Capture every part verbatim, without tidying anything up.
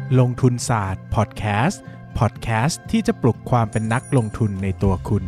ลงทุนศาสตร์พอดแคสต์พอดแคสต์ที่จะปลุกความเป็นนักลงทุนในตัวคุณ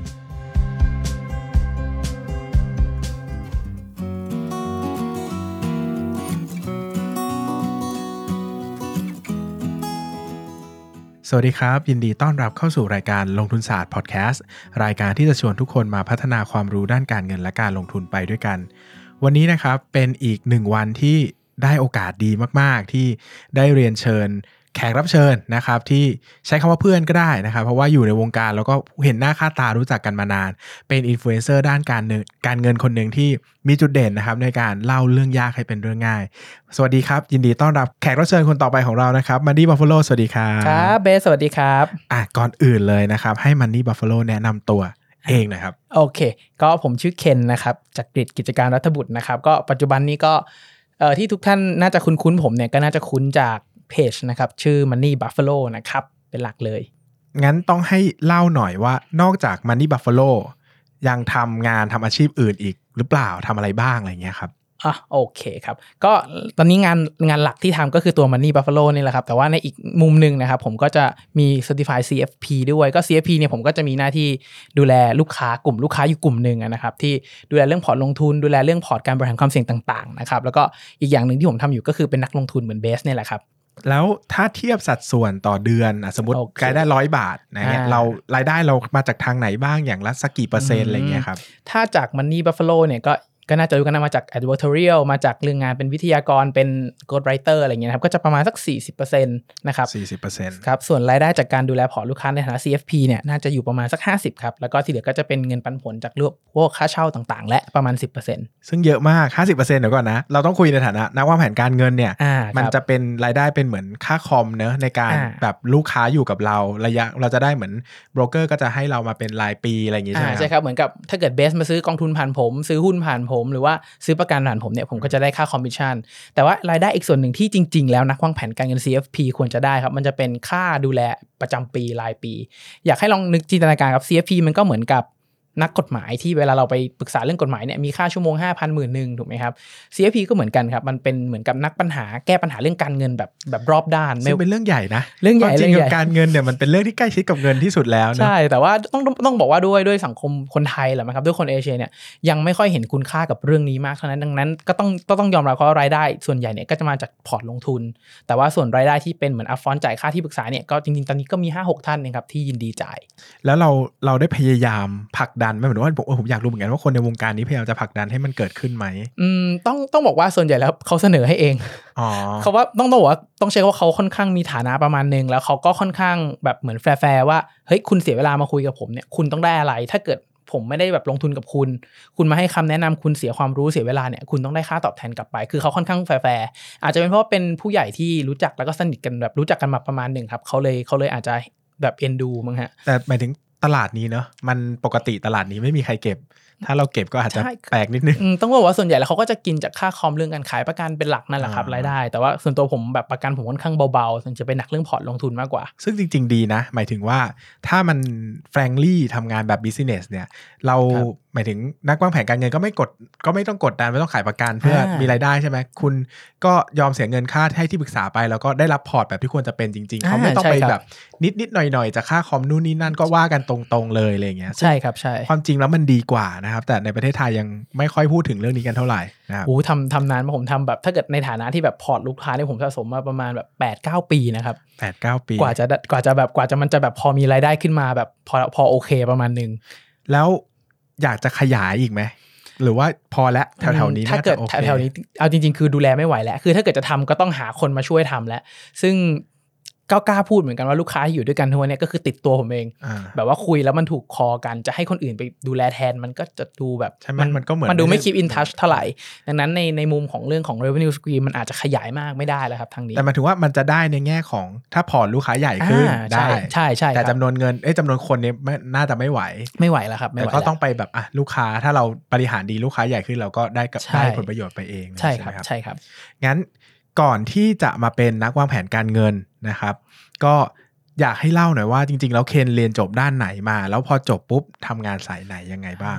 สวัสดีครับยินดีต้อนรับเข้าสู่รายการลงทุนศาสตร์พอดแคสต์รายการที่จะชวนทุกคนมาพัฒนาความรู้ด้านการเงินและการลงทุนไปด้วยกันวันนี้นะครับเป็นอีกหนึ่งวันที่ได้โอกาสดีมากๆที่ได้เรียนเชิญแขกรับเชิญนะครับที่ใช้คำว่าเพื่อนก็ได้นะครับเพราะว่าอยู่ในวงการแล้วก็เห็นหน้าค่าตารู้จักกันมานานเป็นอินฟลูเอนเซอร์ด้านการเงินการเงินคนหนึ่งที่มีจุดเด่นนะครับในการเล่าเรื่องยากให้เป็นเรื่องง่ายสวัสดีครับยินดีต้อนรับแขกรับเชิญคนต่อไปของเรานะครับมันนี่บัฟฟาโลสวัสดีครับครับเบสสวัสดีครับอ่ะก่อนอื่นเลยนะครับให้มันนี่บัฟฟาโลแนะนำตัวเองนะครับโอเคก็ผมชื่อเคนนะครับจากกฤษกิจการรัฐบุตรนะครับก็ปัจจุบันนี้ก็เอ่อที่ทุกท่านน่าจะคุ้นๆผมเนี่ยก็น่าจะคุ้นจากเพจนะครับชื่อ Money Buffalo นะครับเป็นหลักเลยงั้นต้องให้เล่าหน่อยว่านอกจาก Money Buffalo ยังทำงานทำอาชีพอื่นอีกหรือเปล่าทำอะไรบ้างอะไรเงี้ยครับอ่ะโอเคครับก็ตอนนี้งานงานหลักที่ทำก็คือตัว Money Buffalo นี่แหละครับแต่ว่าในอีกมุมนึงนะครับผมก็จะมี Certified ซี เอฟ พี ด้วยก็ ซี เอฟ พี เนี่ยผมก็จะมีหน้าที่ดูแลลูกค้ากลุ่มลูกค้าอยู่กลุ่มนึงนะครับที่ดูแลเรื่องพอร์ตลงทุนดูแลเรื่องพอร์ตการบริหารความเสี่ยงต่างๆนะครับแล้วก็อีกอย่างนึงที่ผมทำอยู่ก็คือเป็นนักลงทุนเหมือนเบสเนี่ยแหละครับแล้วถ้าเทียบสัดส่วนต่อเดือนสมมติรายได้ร้อยบาทนะเนี่ยเรารายได้เรามาจากทางไหนบ้างอย่างละสักกี่เปอร์เซ็นต์อะไรเงี้ยครับถ้าจาก Money Buffalo เนี่ยก็ก็น่าจะรู้กันนะมาจาก advertorial มาจากเรื่องงานเป็นวิทยากรเป็น ghostwriter อะไรเงี้ยครับก็จะประมาณสัก สี่สิบเปอร์เซ็นต์ นะครับสี่สิบเปอร์เซ็นต์ครับส่วนรายได้จากการดูแลพอร์ตลูกค้าในฐานะ ซี เอฟ พี เนี่ยน่าจะอยู่ประมาณสักห้าสิบครับแล้วก็ที่เหลือก็จะเป็นเงินปันผลจากพวกค่าเช่าต่างๆและประมาณ สิบเปอร์เซ็นต์ซึ่งเยอะมาก ห้าสิบเปอร์เซ็นต์ เดี๋ยวก่อนนะเราต้องคุยในฐานะนักวางแผนการเงินเนี่ยมันจะเป็นรายได้เป็นเหมือนค่าคอมเนอะในการแบบลูกค้าอยู่กับเราระยะเราจะได้เหมือนโบรกเกอร์ก็จะให้เรามาเป็นรายปีอะไรอย่างงี้ใช่ไหมใช่ครับเหมือนกับถ้าเกิดเบสมาซื้อกองทุนผ่านผมซื้อหุ้นผ่านผมหรือว่าซื้อประกันผ่านผมเนี่ยผมก็จะได้ค่าคอมมิชชั่นแต่ว่ารายได้อีกส่วนหนึ่งที่จริงๆแล้วนักวางแผนการเงิน ซี เอฟ พี ควรจะได้ครับมันจะเป็นค่าดูแลประจำปีรายปีอยากให้ลองนึกจินตนาการครับ ซี เอฟ พี มันก็เหมือนกับนักกฎหมายที่เวลาเราไปปรึกษาเรื่องกฎหมายเนี่ยมีค่าชั่วโมง ห้าพัน หมื่นนึงถูกไหมครับ ซี เอฟ พี ก็เหมือนกันครับมันเป็นเหมือนกับนักปัญหาแก้ปัญหาเรื่องการเงินแบบแบบรอบด้านไม่เป็นเรื่องใหญ่นะเรื่องใหญ่จริงๆการเงินเนี่ยมันเป็นเรื่องที่ใกล้ชิดกับเงินที่สุดแล้วนะใช่แต่ว่าต้องต้องบอกว่าด้วยด้วยสังคมคนไทยแหละมั้งครับด้วยคนเอเชียเนี่ยยังไม่ค่อยเห็นคุณค่ากับเรื่องนี้มากเท่านั้นดังนั้นก็ต้องก็ต้องยอมรับว่ารายได้ส่วนใหญ่เนี่ยก็จะมาจากพอร์ตลงทุนแต่ว่าส่วนรายได้ที่เป็นเหมือนอัพฟรอนต์จ่ายค่าที่ปรึกษาเนี่ยก็จริงๆตอนนี้ก็มี ห้าหก ท่านนะครับที่ยินดีจ่ายแล้วเราเราได้พยายามผลักดันไหมเหมือนว่าผมผมอยากรู้เหมือนกันว่าคนในวงการนี้พยายามจะผลักดันให้มันเกิดขึ้นไหมอืมต้องต้องบอกว่าส่วนใหญ่แล้วเขาเสนอให้เองอ๋อเขาว่าต้องต้องบอกว่าต้องใช้ว่าเขาค่อนข้างมีฐานะประมาณนึงแล้วเขาก็ค่อนข้างแบบเหมือนแฟร์ๆว่าเฮ้ยคุณเสียเวลามาคุยกับผมเนี่ยคุณต้องได้อะไรถ้าเกิดผมไม่ได้แบบลงทุนกับคุณคุณมาให้คำแนะนำคุณเสียความรู้เสียเวลาเนี่ยคุณต้องได้ค่าตอบแทนกลับไปคือเขาค่อนข้างแฟร์ๆอาจจะเป็นเพราะว่าเป็นผู้ใหญ่ที่รู้จักแล้วก็สนิทกันแบบรู้จักกันมาประมาณนึงครับเขาเลยเขาเลยอาจจะแบบเอ็นดูมั้งฮะแต่หมายถึงตลาดนี้เนอะมันปกติตลาดนี้ไม่มีใครเก็บถ้าเราเก็บก็อาจจะแปลกนิดนึงต้องบอกว่าส่วนใหญ่แล้วเขาก็จะกินจากค่าคอมเรื่องการขายประกันเป็นหลักนั่นแหละครับรายได้แต่ว่าส่วนตัวผมแบบประกันผมค่อนข้างเบาๆส่วนจะเป็นหนักเรื่องพอร์ตลงทุนมากกว่าซึ่งจริงๆดีนะหมายถึงว่าถ้ามันแฟรงลี่ทำงานแบบบิสเนสเนี่ยเราหมายถึงนักวางแผนการเงินก็ไม่กดก็ไม่ต้องกดดันไม่ต้องขายประกันเพื่อมีรายได้ใช่ไหมคุณก็ยอมเสียเงินค่าให้ที่ปรึกษาไปแล้วก็ได้รับพอร์ตแบบที่ควรจะเป็นจริงๆเขาไม่ต้องไปแบบนิดๆหน่อยๆจากค่าคอมนู่นนี่นั่นก็ว่ากันตรงๆเลยอะไรอย่างเงี้ยใช่ครับใช่ความจริงแล้วมันดีกว่านะครับแต่ในประเทศไทยยังไม่ค่อยพูดถึงเรื่องนี้กันเท่าไหร่นะครับโอ้ทำทำนานมาผมทำแบบถ้าเกิดในฐานะที่แบบพอร์ตลูกค้าเนี่ยผมสะสมมาประมาณแบบ แปดเก้า ปีนะครับแปดเก้า ปีกว่าจะกว่าจะแบบกว่าจะมันจะแบบพอมีรายได้ขึ้นมาแบบพอพอโอเคประมาณนึงแล้วอยากจะขยายอีกไหมหรือว่าพอแล้วแถวๆนี้ถ้าเกิดแถวๆนี้เอาจริงๆคือดูแลไม่ไหวแล้วคือถ้าเกิดจะทำก็ต้องหาคนมาช่วยทำแล้วซึ่งก็กล้าพูดเหมือนกันว่าลูกค้าที่อยู่ด้วยกันทุกวันนี้ก็คือติดตัวผมเองแบบว่าคุยแล้วมันถูกคอกันจะให้คนอื่นไปดูแลแทนมันก็จะดูแบบมันมันก็เหมือนมันดูไม่ keep in touch เท่าไหร่ดังนั้นในในมุมของเรื่องของ revenue stream มันอาจจะขยายมากไม่ได้แล้วครับทางนี้แต่หมายถึงว่ามันจะได้ในแง่ของถ้าพอร์ตลูกค้าใหญ่ขึ้นได้ใช่ใช่แต่จำนวนเงินเอ้ยจำนวนคนนี้น่าจะไม่ไหวไม่ไหวแล้วครับแต่ก็ต้องไปแบบอ่ะลูกค้าถ้าเราบริหารดีลูกค้าใหญ่ขึ้นเราก็ได้ได้ผลประโยชน์ไปเองใช่ครับใช่ครับงั้นก่อนที่จะมาเป็นนักวางแผนการเงินนะครับก็อยากให้เล่าหน่อยว่าจริงๆแล้วเคนเรียนจบด้านไหนมาแล้วพอจบปุ๊บทำงานสายไหนยังไงบ้างโอ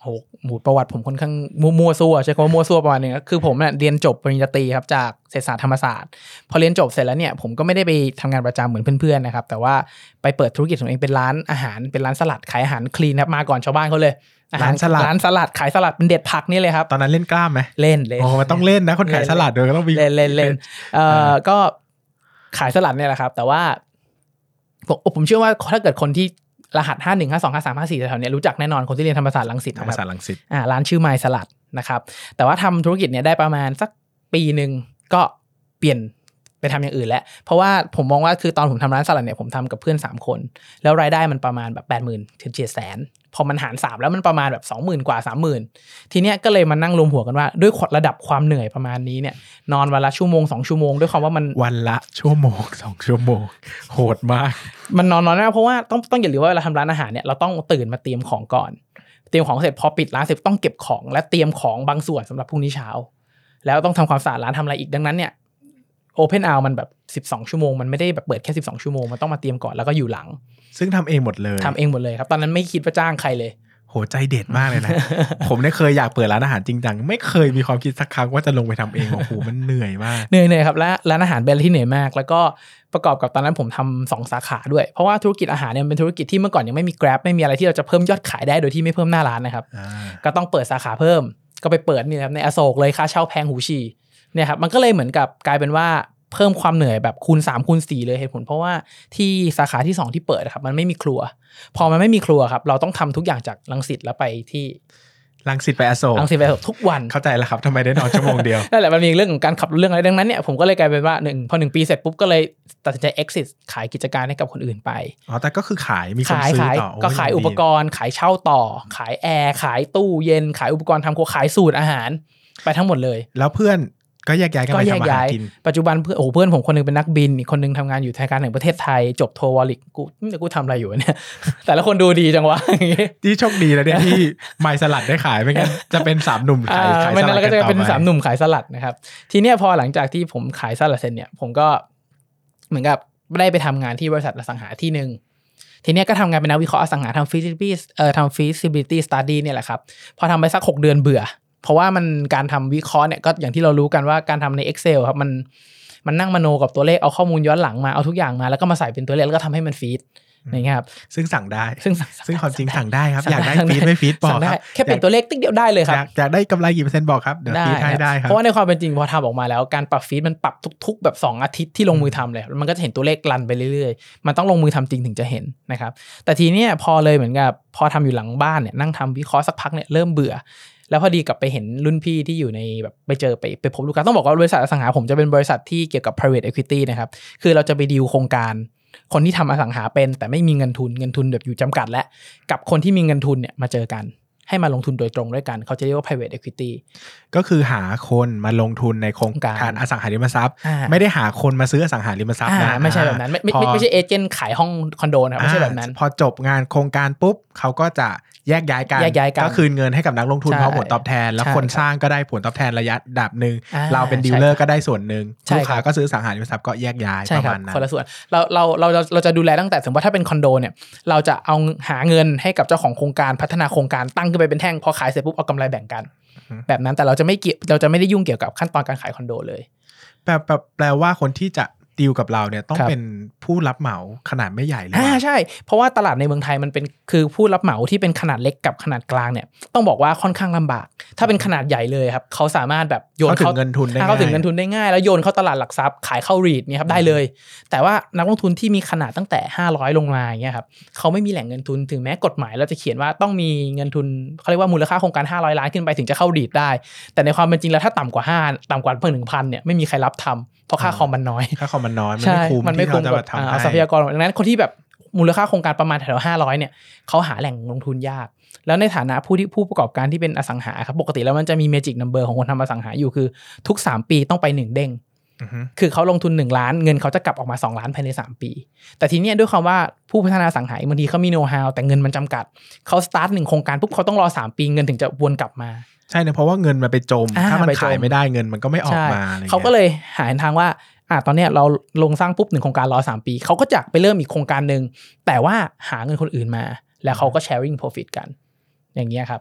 หหมู่ประวัติผมค่อนข้างมั่วซั่วใช่คำว่ามั่วซั่วประมาณนึงคือผมเนี่ยเรียนจบปริญญาตรีครับจากเศรษฐศาสตร์ธรรมศาสตร์พอเรียนจบเสร็จแล้วเนี่ยผมก็ไม่ได้ไปทำงานประจำเหมือนเพื่อนๆนะครับแต่ว่าไปเปิดธุรกิจของตัวเองเป็นร้านอาหารเป็นร้านสลัดขายอาหารคลีนครับมาก่อนชาวบ้านเขาเลยร้านสลัดร้านสลัดขายสลัดเป็นเด็ดผักนี่เลยครับตอนนั้นเล่นกล้ามไหมเล่นเล่นโอ้มันต้องเล่นนะคนขายสลัดโดยก็ต้องมีเล่นเล่นเล่นเอ่อก็ขายสลัดเนี่ยแหละครับแต่ว่าผมผมเชื่อว่าถ้าเกิดคนที่รหัสห้าหนึ่ง ห้าสอง ห้าสาม ห้าสี่แถวๆนี้รู้จักแน่นอนคนที่เรียนธรรมศาสตร์รังสิตธรรมศาสตร์รังสิตอ่าร้านชื่อไมล์สลัดนะครับแต่ว่าทำธุรกิจเนี่ยได้ประมาณสักปีนึงก็เปลี่ยนไปทำอย่างอื่นแล้วเพราะว่าผมมองว่าคือตอนผมทำร้านสลัดเนี่ยผมทำกับเพื่อนสามคนแล้วรายได้มันประมาณแบบ แปดหมื่น ถึง เจ็ดแสน พอมันหารสามแล้วมันประมาณแบบ สองหมื่น กว่า สามหมื่น ทีเนี้ยก็เลยมานั่งรวมหัวกันว่าด้วยระดับความเหนื่อยประมาณนี้เนี่ยนอนวันละชั่วโมงสองชั่วโมงด้วยความว่ามันวันละชั่วโมงสองชั่วโมงโหดมากมันนอนน้อยมากเพราะว่าต้องต้องอย่าลืมว่าเวลาทำร้านอาหารเนี่ยเราต้องตื่นมาเตรียมของก่อนเตรียมของเสร็จพอปิดร้านเสร็จต้องเก็บของและเตรียมของบางส่วนสำหรับพรุ่งนี้เช้าแล้วต้องทำความสะอาดร้านทำอะไรอีกดังนั้นเนี่ยโอเพนเอามันแบบสิบสองชั่วโมงมันไม่ได้แบบเปิดแค่สิบสองชั่วโมงมันต้องมาเตรียมก่อนแล้วก็อยู่หลังซึ่งทำเองหมดเลยทำเองหมดเลยครับตอนนั้นไม่คิดว่าจ้างใครเลยโหใจเด็ดมากเลยนะ ผมเนี่ยเคยอยากเปิดร้านอาหารจริงจังไม่เคยมีความคิดสักครั้งว่าจะลงไปทำเองโอ้โหมันเหนื่อยมากเหนื่อยๆครับและร้านอาหารเป็นอะไรที่เหนื่อยมากแล้วก็ประกอบกับตอนนั้นผมทำสองสาขาด้วยเพราะว่าธุรกิจอาหารเนี่ยเป็นธุรกิจที่เมื่อก่อนยังไม่มี Grab ไม่มีอะไรที่เราจะเพิ่มยอดขายได้โดยที่ไม่เพิ่มหน้าร้านนะครับก็ต้องเปิดสาขาเพิ่มก็ไปเปิดนี่ครับในอโศกเลยค่าเช่าแพงหูฉี่เนี่ยครับมันก็เลยเหมือนกับกลายเป็นว่าเพิ่มความเหนื่อยแบบคูณสามคูณสี่เลยเหตุผลเพราะว่าที่สาขาที่สองที่เปิดครับมันไม่มีครัวพอมันไม่มีครัวครับเราต้องทำทุกอย่างจากรังสิตแล้วไปที่รังสิตไปอโศกรังสิตไปอโศกทุกวันเข้าใจแล้วครับทำไมได้นอนชั่วโมงเดียวนั่นแหละมันมีเรื่องของการขับเรื่องอะไรดังนั้นเนี่ยผมก็เลยกลายเป็นว่าหนึ่งพอหนึ่งปีเสร็จปุ๊บก็เลยตัดสินใจ exit ขายกิจการให้กับคนอื่นไปอ๋อแต่ก็คือขายมีคนซื้อต่อก็ขายอุปกรณ์ขายเช่าต่อขายแอร์ขายตู้เย็นขายอุปกรณ์ทำครัวขายสูตรอาหารไปทั้งหมดเลยแล้วเพื่อนก็แยกย้ายกันไปทำอาหารกินปัจจุบันเพื่อนโอ้เพื่อนผมคนนึงเป็นนักบินอีกคนนึงทำงานอยู่ธนาคารแห่งประเทศไทยจบโทวอลิกกูกูทำอะไรอยู่เนี่ยแต่ละคนดูดีจังวะที่โชคดีแล้วเนี่ยที่ไมล์สลัดได้ขายไม่งั้นจะเป็นสามหนุ่มขายขายสลัดแล้วก็จะเป็นสามหนุ่มขายสลัดนะครับทีเนี้ยพอหลังจากที่ผมขายสลัดเสร็จเนี่ยผมก็เหมือนกับได้ไปทำงานที่บริษัทอสังหาที่นึงทีเนี้ยก็ทำงานเป็นนักวิเคราะห์อสังหาทำ feasibility เอ่อทำ feasibility study เนี่ยแหละครับพอทำไปสักหกเดือนเบื่อเพราะว่ามันการทำวิเคราะห์เนี่ยก็อย่างที่เรารู้กันว่าการทำใน Excel ครับมันมันนั่งมโนกับตัวเลขเอาข้อมูลย้อนหลังมาเอาทุกอย่างมาแล้วก็มาใส่เป็นตัวเลขแล้วก็ทำให้มันฟีดอย่างเงี้ยครับซึ่งสั่งได้ซึ่งซึ่งความจริงสั่งได้ครับอยากได้ฟีดไม่ฟีดบอกครับแค่เป็นตัวเลขติ๊กเดียวได้เลยครับอยากได้กำไรกี่เปอร์เซ็นต์บอกครับเดี๋ยวฟีดให้ได้ครับเพราะว่าในความเป็นจริงพอทำออกมาแล้วการปรับฟีดมันปรับทุกๆแบบสองอาทิตย์ที่ลงมือทำเลยมันก็จะเห็นตัวเลขรันไปเรื่อยๆมันต้องลงมือทำจริงถึงจะเห็นนะครับแต่ทีเนี้ยพอเลยเหมือนกับพอทำอยู่หลังบ้านเนี่ยนั่งทำวิเคราะห์สักพักเนี่ยเริ่มเบื่อแล้วพอดีกลับไปเห็นรุ่นพี่ที่อยู่ในแบบไปเจอไปไปพบลูกค้าต้องบอกว่าบริษัทอสังหาผมจะเป็นบริษัทที่เกี่ยวกับ private equity นะครับคือเราจะไปดีลโครงการคนที่ทำอสังหาเป็นแต่ไม่มีเงินทุนเงินทุนแบบอยู่จำกัดและกับคนที่มีเงินทุนเนี่ยมาเจอกันให้มาลงทุนโดยตรงด้วยกันเขาจะเรียกว่า private equity ก็คือหาคนมาลงทุนในโครงการอสังหาริมทรัพย์ไม่ได้หาคนมาซื้ออสังหาริมทรัพย์นะไม่ใช่แบบนั้นไม่ไม่ไม่ใช่เอเจนต์ขายห้องคอนโดนะครับไม่ใช่แบบนั้นพอจบงานโครงการปุ๊บเขาก็จะแยกย้ายกันก็คืนเงินให้กับนักลงทุนเพราะผลตอบแทนแล้วคนสร้างก็ได้ผลตอบแทนระยะดับนึงเราเป็นดีลเลอร์ก็ได้ส่วนนึงลูกค้าก็ซื้ออสังหาริมทรัพย์ก็แยกย้ายประมาณนั้นคนละส่วนเราเราเราเราจะดูแลตั้งแต่สมมติว่าถ้าเป็นคอนโดเนี่ยเราจะเอาหาเงินให้กับเจ้าของโครงการพัฒนาโครงการตั้งขึ้นไปเป็นแท่งพอขายเสร็จปุ๊บเอากำไรแบ่งกันแบบนั้นแต่เราจะไม่เกี่ยวเราจะไม่ได้ยุ่งเกี่ยวกับขั้นตอนการขายคอนโดเลยแปลแปลว่าคนที่จะดีลกับเราเนี่ยต้องเป็นผู้รับเหมาขนาดไม่ใหญ่เลยอ่าใช่เพราะว่าตลาดในเมืองไทยมันเป็นคือผู้รับเหมาที่เป็นขนาดเล็กกับขนาดกลางเนี่ยต้องบอกว่าค่อนข้างลำบากถ้าเป็นขนาดใหญ่เลยครับเขาสามารถแบบโยนเข้าถึงเงินทุนได้เข้าถึงเงินทุนได้ง่ายแล้วโยนเข้าตลาดหลักทรัพย์ขายเข้ารีทเนี่ยครับได้เลยแต่ว่านักลงทุนที่มีขนาดตั้งแต่ห้าร้อยลงมาอย่างเงี้ยครับเขาไม่มีแหล่งเงินทุนถึงแม้กฎหมายเราจะเขียนว่าต้องมีเงินทุนเขาเรียกว่ามูลค่าโครงการห้าร้อยล้านขึ้นไปถึงจะเข้ารีทได้แต่ในความเป็นจริงแล้วถ้าต่ำกว่าห้าต่ำกว่าเพิ่ม หนึ่งพัน เนี่ยไม่มีใครรับทำเพราะค่าคอมมันน้อยค่าคอมมันน้อยมันไม่คุ้มมันไม่คุ้มกับทรัพยากรดังนั้นคนที่แบบมูลค่าโครงการประมาณแถวห้าร้อยเนี่ยเขาหาแหล่งลงทุนยากแล้วในฐานะผู้ที่ผู้ประกอบการที่เป็นอสังหาครับปกติแล้วมันจะมีเมจิกนัมเบอร์ของคนทำอสังหาอยู่คือทุกสามปีต้องไปหนึ่งเด้งคือเขาลงทุนหนึ่งล้านเงินเขาจะกลับออกมาสองล้านภายในสามปีแต่ทีนี้ด้วยความว่าผู้พัฒนาอสังหาบางทีเขามีโน้ตฮาวแต่เงินมันจำกัดเขาสตาร์ทหนึ่งโครงการปุ๊บเขาต้องรอสามปีเงินถึงจะวนกลับมาใช่นะเพราะว่าเงินมันไปจมถ้ามันขายไม่ได้เงินมันก็ไม่ออกมาเขาก็เลยหาทางว่าอ่ะตอนนี้เราลงสร้างปุ๊บหนึ่งโครงการรอสามปีเขาก็จะไปเริ่มอีกโครงการนึงแต่ว่าหาเงินคนอื่นมาแล้วเขาก็ sharing profit กันอย่างเงี้ยครับ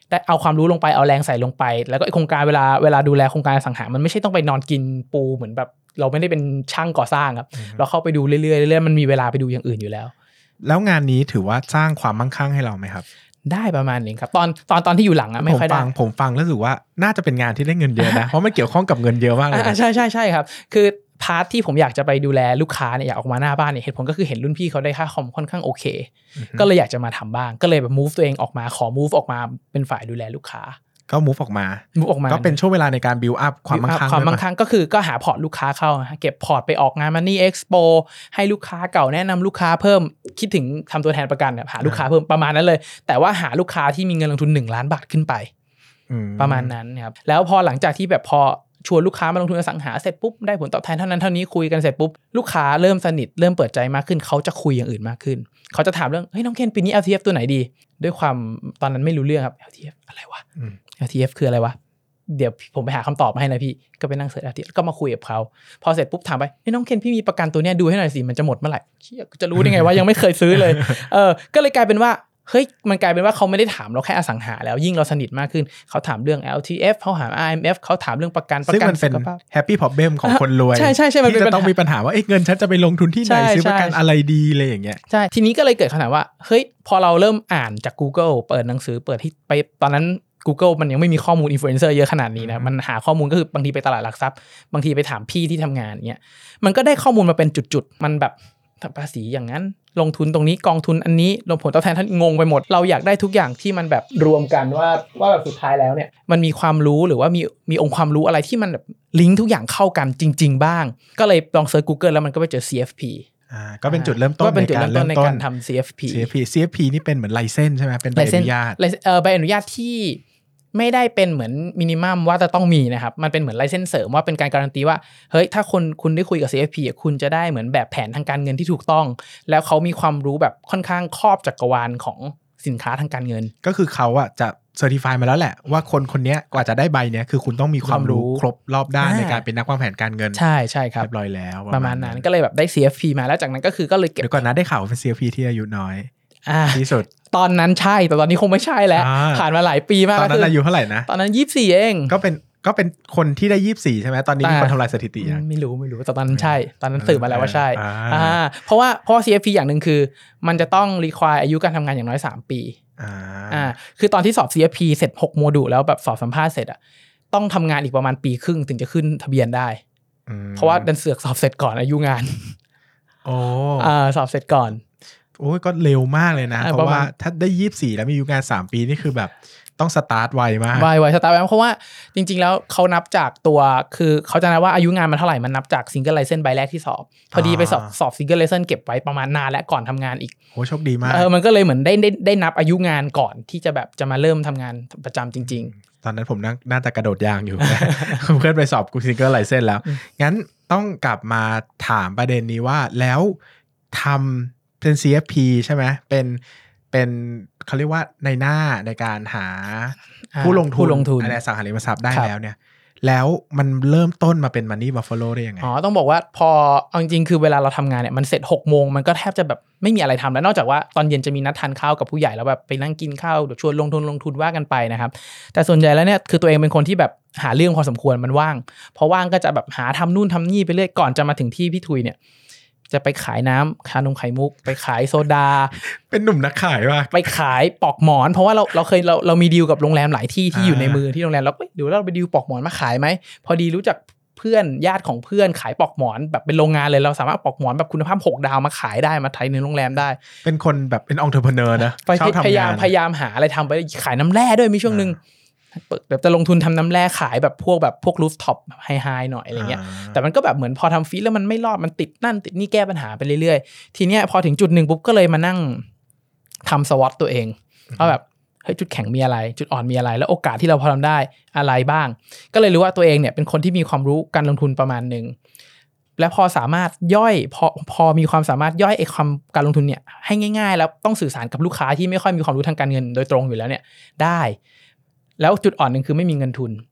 ได้เอาความรู้ลงไปเอาแรงใส่ลงไปแล้วก็โครงการเวลาเวลาดูแลโครงการอสังหามันไม่ใช่ต้องไปนอนกินปูเหมือนแบบเราไม่ได้เป็นช่างก่อสร้างครับเราเข้าไปดูเรื่อยๆเรื่อยๆมันมีเวลาไปดูอย่างอื่นอยู่แล้วแล้วงานนี้ถือว่าสร้างความมั่งคั่งให้เราไหมครับได้ประมาณนี้ครับตอนตอนตอนที่อยู่หลังอะไม่ค่อยได้ผมฟังผมฟังแล้วรู้สึกว่าน่าจะเป็นงานที่ได้เงินเยอะนะ เพราะมันเกี่ยวข้องกับเงินเยอะมากเลยใช่ใช่ใช่ครับคือพาร์ทที่ผมอยากจะไปดูแลลูกค้าเนี่ยอยากออกมาหน้าบ้านเนี่ยเหตุผลก็คือเห็นรุ่นพี่เขาได้ค่าคอมค่อนข้างโอเคก็เลยอยากจะมาทำบ้างก็เลยแบบ move ตัวเองออกมาขอ move ออกมาเป็นฝ่ายดูแลลูกค้าก็ move ออกมา move ออกมาก็เป็นช่วงเวลาในการ build up ความมั่งคั่งความมั่งคั่งก็คือก็หาพอร์ตลูกค้าเข้าเก็บพอร์ตไปออกงาน Money Expo ให้ลูกค้าเก่าแนะนำลูกค้าเพิ่มคิดถึงทำตัวแทนประกันเนี่ยหาลูกค้าเพิ่มประมาณนั้นเลยแต่ว่าหาลูกค้าที่มีเงินลงทุนหนึ่งล้านบาทขึ้นไปประมาณนั้นครับแล้วพอหลังจากที่แบบพอชวนลูกค้ามาลงทุนอสังหาเสร็จปุ๊บได้ผลตอบแทนเท่านั้นเท่านี้คุยกันเสร็จปุ๊บลูกค้าเริ่มสนิทเริ่มเปิดใจมากขึ้นเขาจะคุยอย่างอื่นมากขึ้นเขาจะถามเรื่องเฮ้ยน้องเคนปีนี้ แอล ที เอฟ ตัวไหนดีด้วยความตอนนั้นไม่รู้เรื่องครับ แอล ที เอฟ อะไรวะ แอล ที เอฟ คืออะไรวะเดี๋ยวผมไปหาคำตอบมาให้นะพี่ก็ไปนั่งเสิร์ช แอล ที เอฟ ก็มาคุยกับเขาพอเสร็จปุ๊บถามไปเฮ้ยน้องเคนพี่มีประกันตัวเนี้ยดูให้หน่อยสิมันจะหมดเมื่อไหร่เชี่ยจะรู้ได้ไงว่ายังไม่เคยซื้อเลยเออก็เลยกลายเป็นว่าเฮ้ยมันกลายเป็นว่าเขาไม่ได้ถามเราแค่อสังหาแล้วยิ่งเราสนิทมากขึ้นเขาถามเรื่อง แอล ที เอฟ เขาถาม อาร์ เอ็ม เอฟ เขาถามเรื่องประกันประกันสุขภาพ happy problem ของคนรวยใช่ๆๆมันจะต้องมีปัญหาว่าเอ๊ะเงินฉันจะไปลงทุนที่ไหนซื้อประกันอะไรดีอะไรอย่างเงี้ยใช่ทีนี้ก็เลยเกิดคำถามว่าเฮ้ยพอเราเริ่มอ่านจาก Google เปิดหนังสือเปิดที่ไปตอนนั้น Google มันยังไม่มีข้อมูลอินฟลูเอนเซอร์เยอะขนาดนี้นะมันหาข้อมูลก็คือบางทีไปตลาดหลักทรัพย์บางทีไปถามพี่ที่ทำงานเงี้ยมันก็ได้ข้อมูลมาเป็นจุดๆมันแบบภาษีอย่างนั้นลงทุนตรงนี้กองทุนอันนี้ลงผลตอบแทนท่านงงไปหมดเราอยากได้ทุกอย่างที่มันแบบรวมกันว่าว่าแบบสุดท้ายแล้วเนี่ยมันมีความรู้หรือว่ามีมีองค์ความรู้อะไรที่มันแบบลิงก์ทุกอย่างเข้ากันจริงๆบ้างก็เลยลองเซิร์ช Google แล้วมันก็ไปเจอ ซี เอฟ พีอ่าก็เป็นจุดเริ่มต้นในการเริ่มต้นทำ ซี เอฟ พีซี เอฟ พี ซี เอฟ พี นี่เป็นเหมือนไลเซนส์ใช่ไหมเป็นใบอนุญาตเอ่อใบอนุญาตที่ไม่ได้เป็นเหมือนมินิมัมว่าจะต้องมีนะครับมันเป็นเหมือนไลเซนส์เสริมว่าเป็นการการันตีว่าเฮ้ยถ้าคนคุณได้คุยกับ ซี เอฟ พี คุณจะได้เหมือนแบบแผนทางการเงินที่ถูกต้องแล้วเขามีความรู้แบบค่อนข้างครอบจักรวาลของสินค้าทางการเงินก็คือเขาอะจะเซอร์ติฟายมาแล้วแหละว่าคนคนนี้กว่าจะได้ใบเนี้ยคือคุณต้องมีความรู้ครบรอบด้านในการเป็นนักวางแผนการเงินใช่ใช่ครับเรียบร้อยแล้วประมาณนั้นก็เลยแบบได้ ซี เอฟ พี มาแล้วจากนั้นก็คือก็เลยเก็บเดี๋ยวก่อนนะได้ข่าวเป็น ซี เอฟ พี ที่อายุน้อยที่สุดตอนนั้นใช่แต่ตอนนี้คงไม่ใช่แล้วผ่านมาหลายปีมากตอนนั้นอายุเท่าไหร่นะตอนนั้นยี่สิบสี่เองก็เป็นก็เป็นคนที่ได้ยี่สิบสี่ใช่ไหมตอนนี้มีคนทำลายสถิติยังไม่รู้ไม่รู้แต่ตอนนั้นใช่ตอนนั้นสืบมาแล้วว่าใช่อ่าเพราะว่าเพราะ ซี เอฟ พี อย่างนึงคือมันจะต้อง require อายุการทำงานอย่างน้อยสามปีอ่าอ่าคือตอนที่สอบ ซี เอฟ พี เสร็จหกโมดูลแล้วแบบสอบสัมภาษณ์เสร็จอ่ะต้องทำงานอีกประมาณปีครึ่งถึงจะขึ้นทะเบียนได้เพราะว่าดันเสือกสอบเสร็จก่อนอายุงานโอ้อ่าสอบเสร็จก่อนโอ้ยก็เร็วมากเลยนะเพราะว่าถ้าได้ยี่สิบสี่แล้วมีอายุงานสามปีนี่คือแบบต้องสตาร์ทไวมากไวไวสตาร์ทไวเพราะว่าจริงๆแล้วเขานับจากตัวคือเขาจะนับว่าอายุงานมันเท่าไหร่มันนับจากซิงเกิลไลเซนส์ใบแรกที่สอบพอดีไปสอบสอบซิงเกิลไลเซนส์เก็บไว้ประมาณนานและก่อนทำงานอีกโอ้โชคดีมากเออมันก็เลยเหมือนได้ได้ได้นับอายุงานก่อนที่จะแบบจะมาเริ่มทำงานประจำจริงๆตอนนั้นผมน่าจะกระโดดยางอยู่ เพื่อนไปสอบกูซิงเกิลไลเซนส์แล้วงั้นต้องกลับมาถามประเด็นนี้ว่าแล้วทำเป็น ซี เอฟ พี ใช่ไหมเป็นเป็นเขาเรียกว่าในหน้าในการหาผู้ลงทุนอะไรสังหาริมทรัพย์ได้แล้วเนี่ยแล้วมันเริ่มต้นมาเป็น Money Buffalo ได้ยังไงอ๋อต้องบอกว่าพอเอาจริงๆคือเวลาเราทำงานเนี่ยมันเสร็จหกโมงมันก็แทบจะแบบไม่มีอะไรทำแล้วนอกจากว่าตอนเย็นจะมีนัดทานข้าวกับผู้ใหญ่แล้วแบบไปนั่งกินข้าวเดี๋ยวชวนลงทุนลงทุนว่ากันไปนะครับแต่ส่วนใหญ่แล้วเนี่ยคือตัวเองเป็นคนที่แบบหาเรื่องพอสมควรมันว่างพอว่างก็จะแบบหาทำนู่นทำนี่ไปเรื่อยก่อนจะมาถึงที่พี่ทุยเนี่ยจะไปขายน้ำชานมไข่มุกไปขายโซดาเป็นหนุ่มนักขายว่ะไปขายปอกหมอนเพราะว่าเราเราเคยเราเรามีดีลกับโรงแรมหลายที่ที่อยู่ในมือที่โรงแรมเราเดี๋ยวเราไปดีลปอกหมอนมาขายไหมพอดีรู้จักเพื่อนญาติของเพื่อนขายปอกหมอนแบบเป็นโรงงานเลยเราสามารถปอกหมอนแบบคุณภาพหกดาวมาขายได้มาไทยในโรงแรมได้เป็นคนแบบเป็นองค์เทอร์เพเนอร์นะชอบทำงานพยายามพยายามหาอะไรทำไปขายน้ำแร่ด้วยมีช่วงนึงแบบจะลงทุนทำน้ำแร่ขายแบบพวกแบบพวกรูฟท็อปไฮๆหน่อยอะไรเงี้ยแต่มันก็แบบเหมือนพอทำฟีดแล้วมันไม่รอดมันติดนั่นติดนี่แก้ปัญหาไปเรื่อยๆทีเนี้ยพอถึงจุดหนึ่งปุ๊บก็เลยมานั่งทำสวอตตัวเองว่าแบบเฮ้ยจุดแข็งมีอะไรจุดอ่อนมีอะไรแล้วโอกาสที่เราพอทำได้อะไรบ้างก็เลยรู้ว่าตัวเองเนี่ยเป็นคนที่มีความรู้การลงทุนประมาณนึงและพอสามารถย่อยพอพอมีความสามารถย่อยไอ้ความการลงทุนเนี่ยให้ง่ายๆแล้วต้องสื่อสารกับลูกค้าที่ไม่ค่อยมีความรู้ทางการเงินโดยตรงอยู่แล้วเนี่ยได้แล้วจุดอ่อนหนึ่งคือไม่มีเงินทุน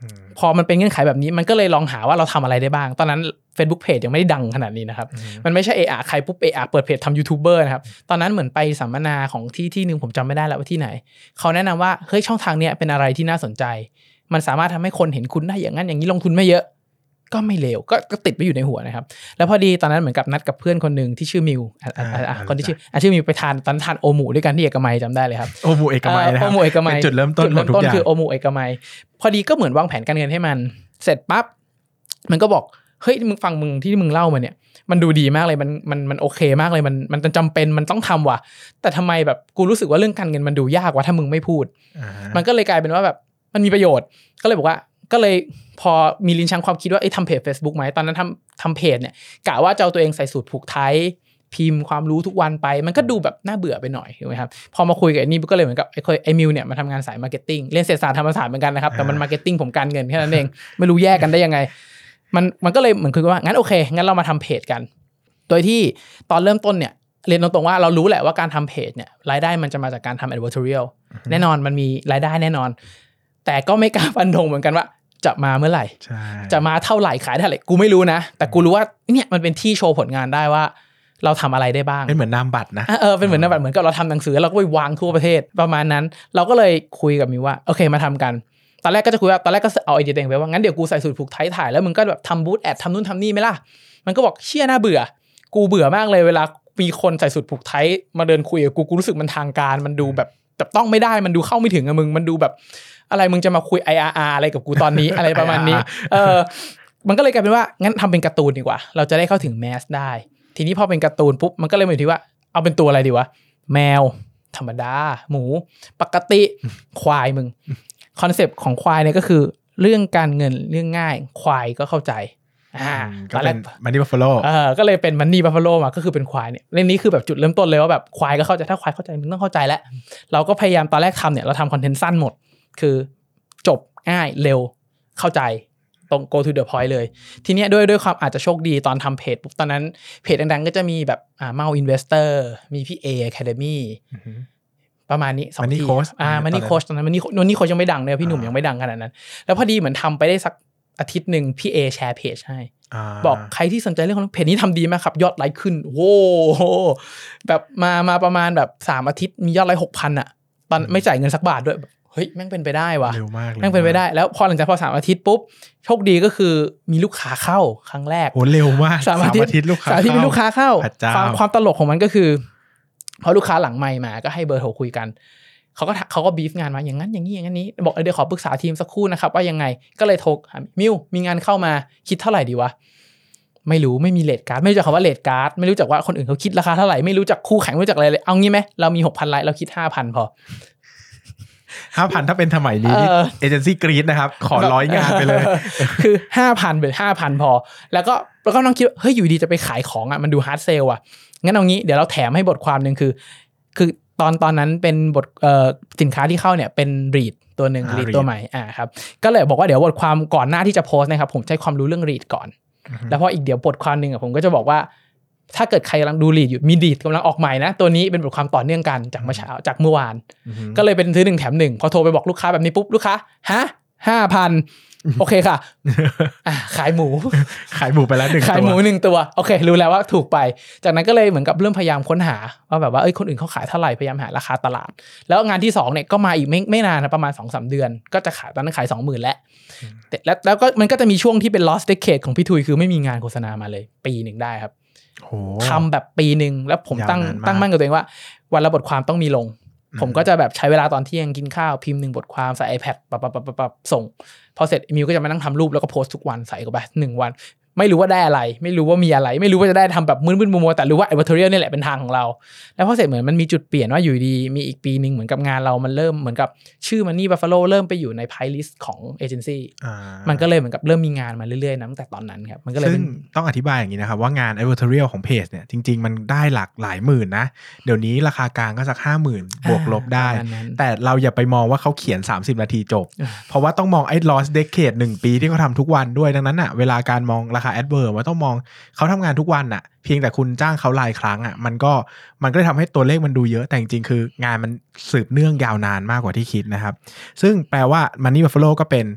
พอมันเป็นเงื่อนไขแบบนี้มันก็เลยลองหาว่าเราทำอะไรได้บ้างตอนนั้น Facebook Page ยังไม่ได้ดังขนาดนี้นะครับมันไม่ใช่เออะใครปุ๊บเออะเปิดเพจทำยูทูบเบอร์นะครับตอนนั้นเหมือนไปสัมมนาของที่ที่นึงผมจำไม่ได้แล้วว่าที่ไหนเขาแนะนำว่าเฮ้ยช่องทางเนี้ยเป็นอะไรที่น่าสนใจมันสามารถทำให้คนเห็นคุณได้อย่างนั้นอย่างนี้ลงทุนไม่เยอะก็ไม่เลวก็ก็ติดไปอยู่ในหัวนะครับแล้วพอดีตอนนั้นเหมือนกับนัดกับเพื่อนคนนึงที่ชื่อมิวคนที่ชื่อชื่อมิวไปทานตอนทานโอหมูด้วยกันที่เอกมัยจำได้เลยครับโอหมูเอกมัยนะครับโอหมูเอกมัยเป็นจุดเริ่มต้นของทุกอย่างคือโอหมูเอกมัยพอดีก็เหมือนวางแผนการเงินให้มันเสร็จปั๊บมันก็บอกเฮ้ยมึงฟังมึงที่มึงเล่ามาเนี่ยมันดูดีมากเลยมันมันมันโอเคมากเลยมันมันจำเป็นมันต้องทำว่ะแต่ทำไมแบบกูรู้สึกว่าเรื่องการเงินมันดูยากว่ะถ้ามึงไม่พูดมันก็เลยกลายเป็นว่าแบบมันมีประโยชน์ก็เลยบอกว่าก็เลยพอมีลิ้นชักความคิดว่าเอ้ยทำเพจ Facebook ไหมตอนนั้นทำทำเพจเนี่ยกะว่าจะเอาตัวเองใส่สูตรผูกไทยพิมพ์ความรู้ทุกวันไปมันก็ดูแบบน่าเบื่อไปหน่อยถูกไหมครับพอมาคุยกับไอ้นี่ก็เลยเหมือนกับไอ้ไอ้มิวเนี่ยมาทำงานสายมาร์เก็ตติ้งเรียนเศรษฐศาสตร์ธรรมศาสตร์เหมือนกันนะครับแต่มันมาร์เก็ตติ้งผมการเงินแค่นั้นเองไม่รู้แยกกันได้ยังไงมันมันก็เลยเหมือนคุยว่างั้นโอเคงั้นเรามาทำเพจกันโดยที่ตอนเริ่มต้นเนี่ยเรียนตรงๆว่าเรารู้แหละว่าการทำเพจเนี่ยรายได้มันจะมาจากการทำ advertorial แน่นอนมันมีรายได้แน่นอนแต่ก็ไม่กล้าฟันธงเหมือนกันว่าจะมาเมื่อไหร่จะมาเท่าไหร่ขายเท่าไหร่กูไม่รู้นะแต่กูรู้ว่าเนี่ยมันเป็นที่โชว์ผลงานได้ว่าเราทำอะไรได้บ้างเป็นเหมือนนามบัตรนะเออเป็นเหมือนนามบัตรเหมือนกับเราทำหนังสือเราก็ไปวางทั่วประเทศประมาณนั้นเราก็เลยคุยกับมิวว่าโอเคมาทำกันตอนแรกก็จะคุยว่าตอนแรกก็เอาไอเดียเองไปว่างั้นเดี๋ยวกูใส่สูตรผูกไทยถ่ายแล้วมึงก็แบบทำบูธแอดทำนู่นทำนี่ไหมล่ะมันก็บอกเชี่ยน่าเบื่อกูเบื่อมากเลยเวลามีคนใส่สูตรผูกไทยมาเดินคุยกับกูกูรู้สึกมันทางการมันดูแบบจับต้องไม่ได้มันดูเข้าไม่ถึงอะมึงมันดูแบบอะไรมึงจะมาคุย ไอ อาร์ อาร์ อะไรกับกูตอนนี้ อะไรประมาณนี้เออมันก็เลยกลายเป็นว่างั้นทำเป็นการ์ตูนดีกว่าเราจะได้เข้าถึงแมสได้ทีนี้พอเป็นการ์ตูนปุ๊บมันก็เลยมาอยู่ที่ว่าเอาเป็นตัวอะไรดีวะแมวธรรมดาหมูปกติควายมึงคอนเซปต์ของควายเนี่ยก็คือเรื่องการเงินเรื่องง่ายควายก็เข้าใจอ่าก็เป็นมันนี่บัฟฟาโลเออก็เลยเป็นมันนี่บัฟฟาโลมาก็คือเป็นควายเนี่ยเรื่องนี้คือแบบจุดเริ่มต้นเลยว่าแบบควายก็เข้าใจถ้าควายเข้าใจมึงต้องเข้าใจแล้วเราก็พยายามตอนแรกทำเนี่ยเราทำคอนเทนต์สั้นหมดคือจบง่ายเร็วเข้าใจตรง go to the point เลยทีเนี้ยด้วยด้วยความอาจจะโชคดีตอนทำเพจปุ๊บตอนนั้นเพจดังๆก็จะมีแบบอ่าเมาอินเวสเตอร์มีพี่เอ Academy ประมาณนี้สองทีอ่ามันนี่โค้ชตอนนั้นมันนี่มันนี่โค้ชยังไม่ดังเลยพี่หนุ่มยังไม่ดังขนาดนั้นแล้วพอดีเหมือนทำไปได้สักอาทิตย์นึงพี่เอแชร์เพจให้บอกใครที่สนใจเรื่องของเพจนี้ทำดีมากครับยอดไลค์ขึ้นโว้แบบมามาประมาณแบบสามอาทิตย์มียอดไลค์ หกพัน อ่ะตอนไม่จ่ายเงินสักบาทด้วยเฮ้ยแม่งเป็นไปได้ว่ะเร็วมากเลยแม่งเป็นไปได้แล้วพอหลังจากพอสามอาทิตย์ปุ๊บโชคดีก็คือมีลูกค้าเข้าครั้งแรกโหเร็วมากสามอาทิตย์ลูกค้าสามอาทิตย์มีลูกค้าเข้าความความตลกของมันก็คือพอลูกค้าหลังไมค์มาก็ให้เบอร์โทรคุยกันเขาก็เขาก็บีฟงานมาอย่างนั้นอย่างนี้อย่างนี้บอกเดี๋ยวขอปรึกษาทีมสักครู่นะครับว่ายังไงก็เลยโทรมิวมีงานเข้ามาคิดเท่าไหร่ดีวะไม่รู้ไม่มีเรทการ์ดไม่รู้จักคำว่าเรทการ์ดไม่รู้จักว่าคนอื่นเขาคิดราคาเท่าไหร่ไม่รู้จักคู่แข่งไม่รู้จักอะไรเลยเอางี้ไหมเรามี หกพัน ไลค์เราคิด ห้าพัน พอห้าพัน ถ้าเป็นสมัยนี้เอเจนซี่กรีดนะครับขอร้อยงานไปเลยคือ ห้าพัน เป็น ห้าพัน พอแล้วก็แล้วก็น้องคิดว่าเฮ้ยอยู่ดีจะไปขายของอ่ะมันดูฮาร์ดเซลอ่ะงั้นเอางี้เดี๋ยวเราแถมให้บทความนึงคือคือตอนตอนนั้นเป็นบทเอ่อสินค้าที่เข้าเนี่ยเป็นรีดตัวนึงรีดตัวใหม่อ่าครับก็เลยบอกว่าเดี๋ยวบทความก่อนหน้าที่จะโพสต์นะครับผมใช้ความรู้เรื่องรีดก่อนแล้วพออีกเดี๋ยวบทความนึงอ่ะผมก็จะบอกว่าถ้าเกิดใครกำลังดูรีดอยู่มีรีดกำลังออกใหม่นะตัวนี้เป็นบทความต่อเนื่องกันจากเมื่อเช้าจากเมื่อวานก็เลยเป็นซื้อหนึ่งแถมหนึ่งพอโทรไปบอกลูกค้าแบบนี้ปุ๊บลูกค้าฮะ ห้าพัน โอเคค่ะอ่ะขายหมูขายหมูไปแล้วหนึ่งตัวขายหมูหนึ่งตัวโอเครู้แล้วว่าถูกไปจากนั้นก็เลยเหมือนกับเริ่มพยายามค้นหาว่าแบบว่าเอ้ยคนอื่นเขาขายเท่าไหร่พยายามหาราคาตลาดแล้วงานที่สองเนี่ยก็มาอีกไม่ไม่นานนะประมาณ สองถึงสาม เดือนก็จะขายตอนนั้นขาย สองหมื่น แล้วแล้วแล้วก็มันก็จะมีช่วงที่เป็น lost decade ของพี่ทุยคือไม่มีงานโฆษณามาเลยปีนึงได้ครับทำแบบปีนึงแล้วผมตั้งตั้งมั่นกับตัวเองว่าวันละบทความต้องมีลงผมก็จะแบบใช้เวลาตอนเที่ยงกินข้าวพิมพ์หนึ่งบทความใส่ iPad ปับปับปับปับส่งพอเสร็จมิวก็จะมานั่งทำรูปแล้วก็โพสต์ทุกวันใส่เข้าไปหนึ่งวันไม่รู้ว่าได้อะไรไม่รู้ว่ามีอะไรไม่รู้ว่าจะได้ทำแบบมืดๆมัวๆแต่รู้ว่า advertorial นี่แหละเป็นทางของเราแล้วพอเสร็จเหมือนมันมีจุดเปลี่ยนว่าอยู่ดีมีอีกปีนึงเหมือนกับงานเรามันเริ่มเหมือนกับชื่อ Money Buffalo เริ่มไปอยู่ใน price list ของเอเจนซี่มันก็เลยเหมือนกับเริ่มมีงานมาเรื่อยๆนะตั้งแต่ตอนนั้นครับมันก็เลยซึ่งต้องอธิบายอย่างนี้นะครับว่างาน advertorial ของเพจเนี่ยจริงๆมันได้หลักหลายหมื่นนะเดี๋ยวนี้ราคากลางก็สัก ห้าหมื่น บวกลบได้แต่เราอย่าไปมองว่าเขาเขียนสามสิบนาทีจบเพราะว่าต้องมองไอ้ lost decade หนึ่งปีที่เขาทำทุกวันด้วยดังนั้นอ่ะเวลาการมองราคา advertมันต้องมองเขาทำงานทุกวันอะเพียงแต่คุณจ้างเขารายครั้งอะมันก็มันก็เลยทำให้ตัวเลขมันดูเยอะแต่จริงๆคืองานมันสืบเนื่องยาวนานมากกว่าที่คิดนะครับซึ่งแปลว่า Money Buffalo ก็เป็น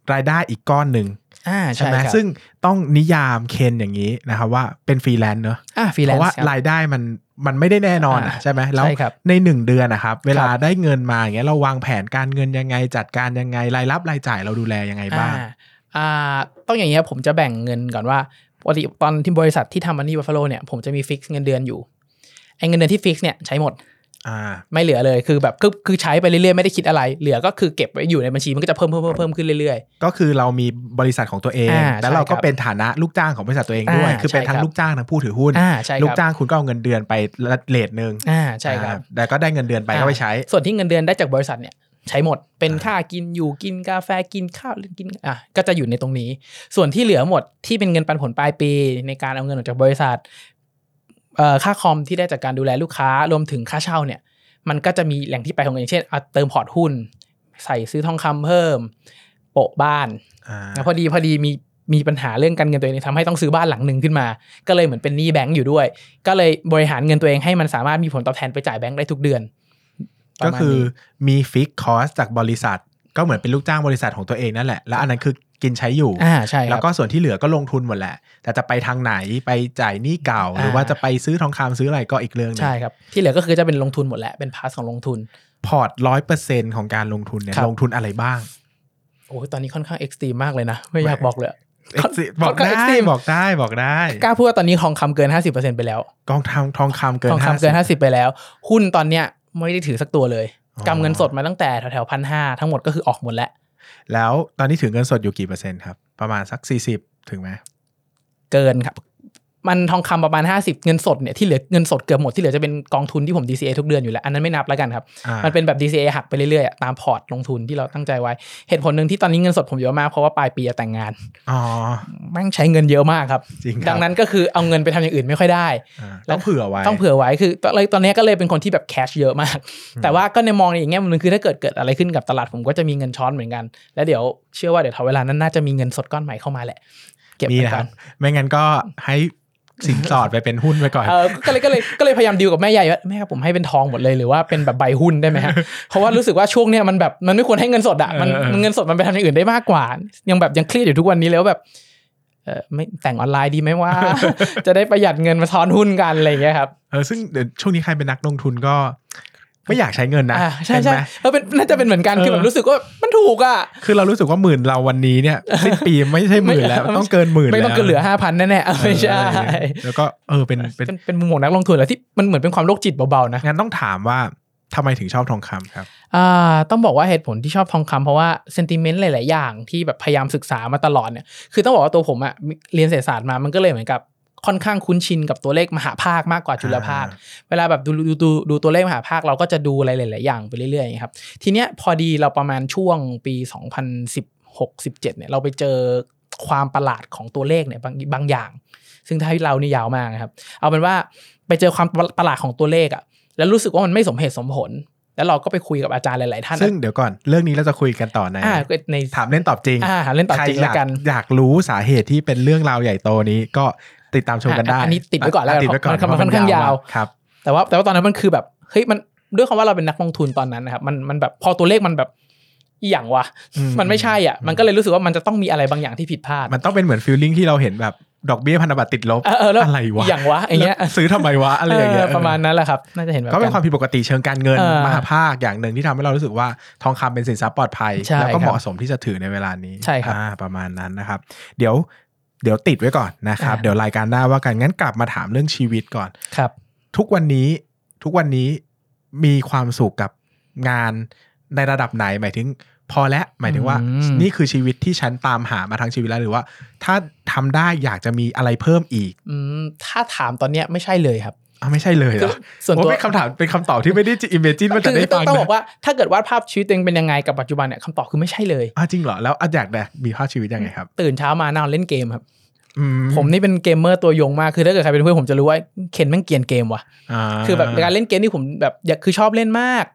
รายได้อีกก้อนหนึ่งอ่าใช่ไหมซึ่งต้องนิยามเคนอย่างนี้นะครับว่าเป็นฟรีแลนซ์เนอะเพราะว่ารายได้มันมันไม่ได้แน่นอนอ่ะใช่ไหมแล้วในหนึ่งเดือนนะครับเวลาได้เงินมาอย่างเงี้ยเราวางแผนการเงินยังไงจัดการยังไงรายรับรายจ่ายเราดูแลยังไงบ้างอ่าต้องอย่างเงี้ยผมจะแบ่งเงินก่อนว่าปกติตอนที่บริษัทที่ทำมันนี่บัฟฟาโลเนี่ยผมจะมีฟิกซ์เงินเดือนอยู่ไอ้เงินเดือนที่ฟิกซ์เนี่ยใช้หมดอ่าไม่เหลือเลยคือแบบคือคือใช้ไปเรื่อยๆไม่ได้คิดอะไรเหลือก็คือเก็บไว้อยู่ในบัญชีมันก็จะเพิ่มเพิ่มเพิ่มเพิ่มขึ้นเรื่อยๆก็คือเรามีบริษัทของตัวเองแล้วเราก็เป็นฐานะลูกจ้างของบริษัทตัวเองด้วยคือเป็นทั้งลูกจ้างทั้งผู้ถือหุ้นลูกจ้างคุณก็เอาเงินเดือนไปเรทนึงอ่าใช่ครับแต่ก็ได้เงินเดือนไปก็ไปใช้ส่วนที่เงินเดือนได้จากบริษัทเนี่ยใช้หมดเป็นค่ากินอยู่กินกาแฟกินข้าวกินอ่ะก็จะอยู่ในตรงนี้ส่วนที่เหลือหมดที่เป็นเงินปันผลปลายปีในการเอาเงินออกจากบริษัทเอ่อค่าคอมที่ได้จากการดูแลลูกค้ารวมถึงค่าเช่าเนี่ยมันก็จะมีแหล่งที่ไปของเงินเช่นเติมพอร์ตหุ้นใส่ซื้อทองคำเพิ่มโปะบ้านแล้วพอดีพอดีมีมีปัญหาเรื่องการเงินตัวเองทำให้ต้องซื้อบ้านหลังหนึ่งขึ้นมาก็เลยเหมือนเป็นหนี้แบงก์อยู่ด้วยก็เลยบริหารเงินตัวเองให้มันสามารถมีผลตอบแทนไปจ่ายแบงก์ได้ทุกเดือนก็คือมีฟิกคอสจากบริษัทก็เหมือนเป็นลูกจ้างบริษัทของตัวเองนั่นแหละแล้วอันนั้นคือกินใช้อยู่อ่าใช่แล้วก็ส่วนที่เหลือก็ลงทุนหมดแหละแต่จะไปทางไหนไปจ่ายหนี้เก่าหรือว่าจะไปซื้อทองคำซื้ออะไรก็อีกเรื่องนึงใช่ครับที่เหลือก็คือจะเป็นลงทุนหมดแหละเป็นพาร์ทของลงทุนพอร์ต ร้อยเปอร์เซ็นต์ ของการลงทุนเนี่ยลงทุนอะไรบ้างโอ้ตอนนี้ค่อนข้างเอ็กซ์ตรีมมากเลยนะไม่อยากบอกเลยบอกได้บอกได้บอกได้กล้าพูดว่าตอนนี้ทองคำเกิน ห้าสิบเปอร์เซ็นต์ ไปแล้วกองทองทองคำเกินทองคำเกินห้าสิบไปแล้วหุ้นตอนเนี้ยไม่ได้ถือสักตัวเลยกำเงินสดมาตั้งแต่แถวๆ หนึ่งพันห้าร้อย ทั้งหมดก็คือออกหมดแล้วแล้วตอนนี้ถือเงินสดอยู่กี่เปอร์เซ็นต์ครับประมาณสักสี่สิบถึงไหมเกินครับมันทองคำประมาณห้าสิบเงินสดเนี่ยที่เหลือเงินสดเกือบหมดที่เหลือจะเป็นกองทุนที่ผม ดี ซี เอ ทุกเดือนอยู่แล้วอันนั้นไม่นับแล้วกันครับมันเป็นแบบ ดี ซี เอ หักไปเรื่อยๆตามพอร์ตลงทุนที่เราตั้งใจไว้เหตุผลนึงที่ตอนนี้เงินสดผมเยอะมากเพราะว่าปลายปีจะแต่งงานอ๋อแม่งใช้เงินเยอะมากครับดังนั้นก็คือเอาเงินไปทำอย่างอื่นไม่ค่อยได้ต้องเผื่อไว้ต้องเผื่อไว้คือตอนนี้ก็เลยเป็นคนที่แบบแคชเยอะมากแต่ว่าก็ในมองในอีกแง่นึงคือถ้าเกิดเกิดอะไรขึ้นกับตลาดผมก็จะมีเงินช้อนเหมือนกันแล้วเดี๋ยวเชื่อว่าเดี๋ยวเวลานั้นน่าจะมีเงินสดก้อนใหม่เข้ามาแหละเก็บไว้ก่อนไม่งั้นก็ให้สินสอดไปเป็นหุ้นไปก่อนเออก็เลยก็เลยก็เลยพยายามดีลกับแม่ใหญ่ว่าแม่ครับผมให้เป็นทองหมดเลยหรือว่าเป็นแบบใบหุ้นได้ไหมฮะเพราะว่ารู้สึกว่าช่วงเนี้ยมันแบบมันไม่ควรให้เงินสดอ่ะมันเงินสดมันไปทำอย่างอื่นได้มากกว่ายังแบบยังเครียดอยู่ทุกวันนี้แล้วแบบเออไม่แต่งออนไลน์ดีไหมว่า จะได้ประหยัดเงินมาทอนหุ้นกันอะไรอย่างเงี้ยครับเออซึ่งเดี๋ยวช่วงนี้ใครเป็นนักลงทุนก็ไม่อยากใช้เงินนะใช่ใช่เออเป็นน่าจะเป็นเหมือนกันคือแบบรู้สึกว่ามันถูกอ่ะคือเรารู้สึกว่าหมื่นเราวันนี้เนี่ยสิ้นปีไม่ใช่หมื่นแล้วต้องเกินหมื่นแล้วไม่ต้องเกินเหลือ ห้าพัน แน่ๆไม่ใช่แล้วก็เออเป็นเป็นเป็นมุมมองนักลงทุนแล้วที่มันเหมือนเป็นความโรคจิตเบาๆนะงั้นต้องถามว่าทำไมถึงชอบทองคำครับอ่าต้องบอกว่าเหตุผลที่ชอบทองคำเพราะว่าเซนติเมนต์หลายๆอย่างที่แบบพยายามศึกษามาตลอดเนี่ยคือต้องบอกว่าตัวผมอะเรียนเศรษฐศาสตร์มามันก็เลยเหมือนกับค่อนข้างคุ้นชินกับตัวเลขมหาภาคมากกว่าจุลภาคเวลาแบบดูดูดูดูตัวเลขมหาภาคเราก็จะดูอะไรหลายๆอย่างไปเรื่อยๆอย่างนี้ครับทีเนี้ยพอดีเราประมาณช่วงปีสองพันสิบหก สิบเจ็ดเนี่ยเราไปเจอความประหลาดของตัวเลขเนี่ยบางบางอย่างซึ่งถ้าให้เรานี่ยาวมากนะครับเอาเป็นว่าไปเจอความประหลาดของตัวเลขอะแล้วรู้สึกว่ามันไม่สมเหตุสมผลแล้วเราก็ไปคุยกับอาจารย์หลายๆท่านซึ่งเดี๋ยวก่อนเรื่องนี้เราจะคุยกันต่อในในถามเล่นตอบจริงถามเล่นตอบจริงแล้วกันอยากรู้สาเหตุที่เป็นเรื่องราวใหญ่โตนี้ก็ติดตามชมกันได้อันนี้ติดไว้ก่อนแล้วติดไว้ก่อนมันค่อนข้างยาวครับแต่ว่าแต่ว่าตอนนั้นมันคือแบบเฮ้ยมันด้วยคำว่าเราเป็นนักลงทุนตอนนั้นนะครับมันมันแบบพอตัวเลขมันแบบอีหยังวะมันไม่ใช่อ่ะมันก็เลยรู้สึกว่ามันจะต้องมีอะไรบางอย่างที่ผิดพลาดมันต้องเป็นเหมือนฟีลลิ่งที่เราเห็นแบบดอกเบี้ยพันธบัตรติดลบอะไรวะอย่างวะอย่างเงี้ยซื้อทำไมวะอะไรอย่างเงี้ยประมาณนั้นแหละครับน่าจะเห็นแบบก็เป็นความผิดปกติเชิงการเงินมหาภาคอย่างหนึ่งที่ทำให้เรารู้สึกว่าทองคำเป็นสินทรัพย์ปลอดภัยแล้วก็เหมาะสมที่จะถือในเวลานี้ใช่ครับประมาณนั้นนะครับเดี๋ยวเดี๋ยวติดไว้ก่อนนะครับเดี๋ยวรายการหน้าว่ากันงั้นกลับมาถามเรื่องชีวิตก่อนครับทุกวันนี้ทุกวันนี้มีความสุขกับงานในระดับไหนหมายถึงพอแล้วหมายถึงว่านี่คือชีวิตที่ฉันตามหามาทั้งชีวิตแล้วหรือว่าถ้าทำได้อยากจะมีอะไรเพิ่มอีกอืมถ้าถามตอนเนี้ยไม่ใช่เลยครับอ้าวไม่ใช่เลยเหรอส่วนตัวเป็นคำถามเป็นคำตอบที่ไม่ได้อิมเมจินว่าจะได้ฟังต้องบอกว่าถ้าเกิดวาดภาพชีวิตตัวเองเป็นยังไงกับปัจจุบันเนี่ยคำตอบคือไม่ใช่เลยอ้าวจริงเหรอแล้วอยากแบบมีภาพชีวิตยังไงครับตื่นเช้ามานอนเล่นเกมครับผมนี่เป็นเกมเมอร์ตัวยงมากคือถ้าเกิดใครเป็นเพื่อนผมจะรู้ว่าเคนแม่งเกรียนเกมว่ะคือแบบการเล่นเกมที่ผมแบบอยากคือชอบเล่นมากแบบ